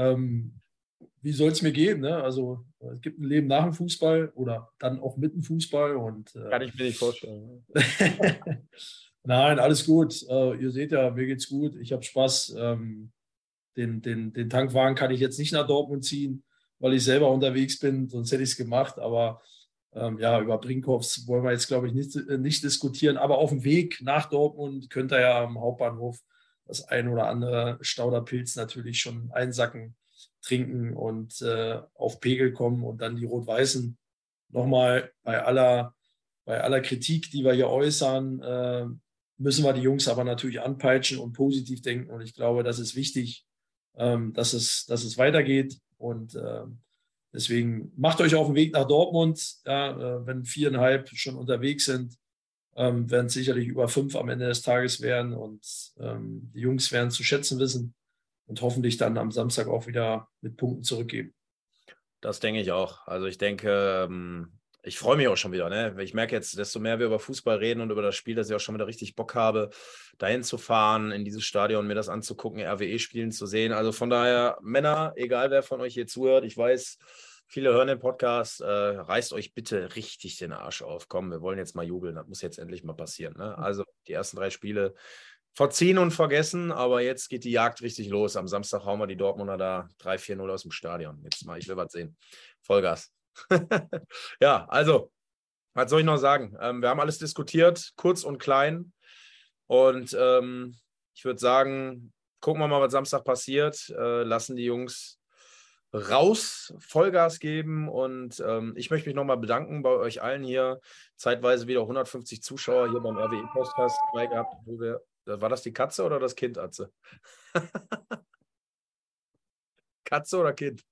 Wie soll es mir gehen? Ne? Also es gibt ein Leben nach dem Fußball oder dann auch mit dem Fußball. Und Kann ich mir nicht vorstellen. nein, alles gut. Ihr seht ja, mir geht's gut. Ich habe Spaß. Den Tankwagen kann ich jetzt nicht nach Dortmund ziehen, weil ich selber unterwegs bin, sonst hätte ich es gemacht. Aber ja, über Brinkhoffs wollen wir jetzt, glaube ich, nicht diskutieren. Aber auf dem Weg nach Dortmund könnt ihr ja am Hauptbahnhof das ein oder andere Stauderpilz natürlich schon einsacken, trinken und auf Pegel kommen und dann die Rot-Weißen nochmal bei aller Kritik, die wir hier äußern, müssen wir die Jungs aber natürlich anpeitschen und positiv denken. Und ich glaube, das ist wichtig, dass es weitergeht. Und deswegen macht euch auf den Weg nach Dortmund. Ja, wenn 4,5 schon unterwegs sind, werden es sicherlich über 5 am Ende des Tages werden. Und die Jungs werden zu schätzen wissen und hoffentlich dann am Samstag auch wieder mit Punkten zurückgeben. Das denke ich auch. Also ich denke, ich freue mich auch schon wieder. Ne? Ich merke jetzt, desto mehr wir über Fußball reden und über das Spiel, dass ich auch schon wieder richtig Bock habe, dahin zu fahren, in dieses Stadion, mir das anzugucken, RWE spielen zu sehen. Also von daher, Männer, egal wer von euch hier zuhört, ich weiß, viele hören den Podcast, reißt euch bitte richtig den Arsch auf. Komm, wir wollen jetzt mal jubeln, das muss jetzt endlich mal passieren. Ne? Also die ersten 3 Spiele verziehen und vergessen, aber jetzt geht die Jagd richtig los. Am Samstag hauen wir die Dortmunder da 3-4-0 aus dem Stadion. Jetzt mal, ich will was sehen. Vollgas. Ja, also, was soll ich noch sagen? Wir haben alles diskutiert, kurz und klein. Und ich würde sagen, gucken wir mal, was Samstag passiert. Lassen die Jungs raus, Vollgas geben. Und ich möchte mich nochmal bedanken bei euch allen hier. Zeitweise wieder 150 Zuschauer hier beim RWE-Podcast dabei gehabt. War das die Katze oder das Kind, Atze? Katze oder Kind?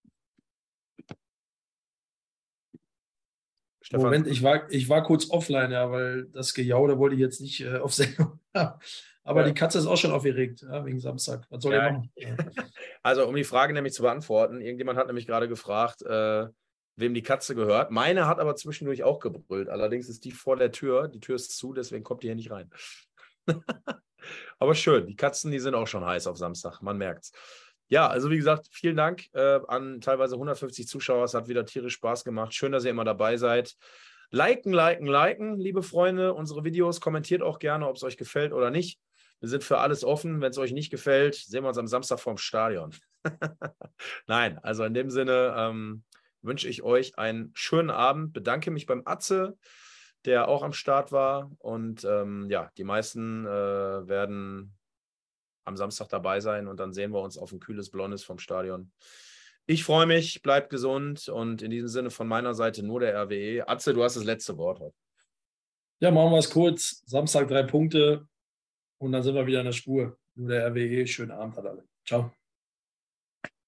Stefan. Moment, ich war kurz offline, ja, weil das Gejaude wollte ich jetzt nicht auf Sendung haben. Aber Ja. die Katze ist auch schon aufgeregt, ja, wegen Samstag. Was soll ich machen? Ja. Also, um die Frage nämlich zu beantworten, irgendjemand hat nämlich gerade gefragt, wem die Katze gehört. Meine hat aber zwischendurch auch gebrüllt. Allerdings ist die vor der Tür. Die Tür ist zu, deswegen kommt die hier nicht rein. Aber schön, die Katzen, die sind auch schon heiß auf Samstag, man merkt's. Ja, also wie gesagt, vielen Dank an teilweise 150 Zuschauer. Es hat wieder tierisch Spaß gemacht. Schön, dass ihr immer dabei seid. Liken, liken, liken, liebe Freunde, unsere Videos. Kommentiert auch gerne, ob es euch gefällt oder nicht. Wir sind für alles offen. Wenn es euch nicht gefällt, sehen wir uns am Samstag vorm Stadion. Nein, also in dem Sinne wünsche ich euch einen schönen Abend. Bedanke mich beim Atze, der auch am Start war. Und ja, die meisten werden am Samstag dabei sein und dann sehen wir uns auf ein kühles Blondes vom Stadion. Ich freue mich, bleibt gesund und in diesem Sinne von meiner Seite nur der RWE. Atze, du hast das letzte Wort heute. Ja, machen wir es kurz. Samstag 3 Punkte und dann sind wir wieder in der Spur. Nur der RWE. Schönen Abend an alle. Ciao.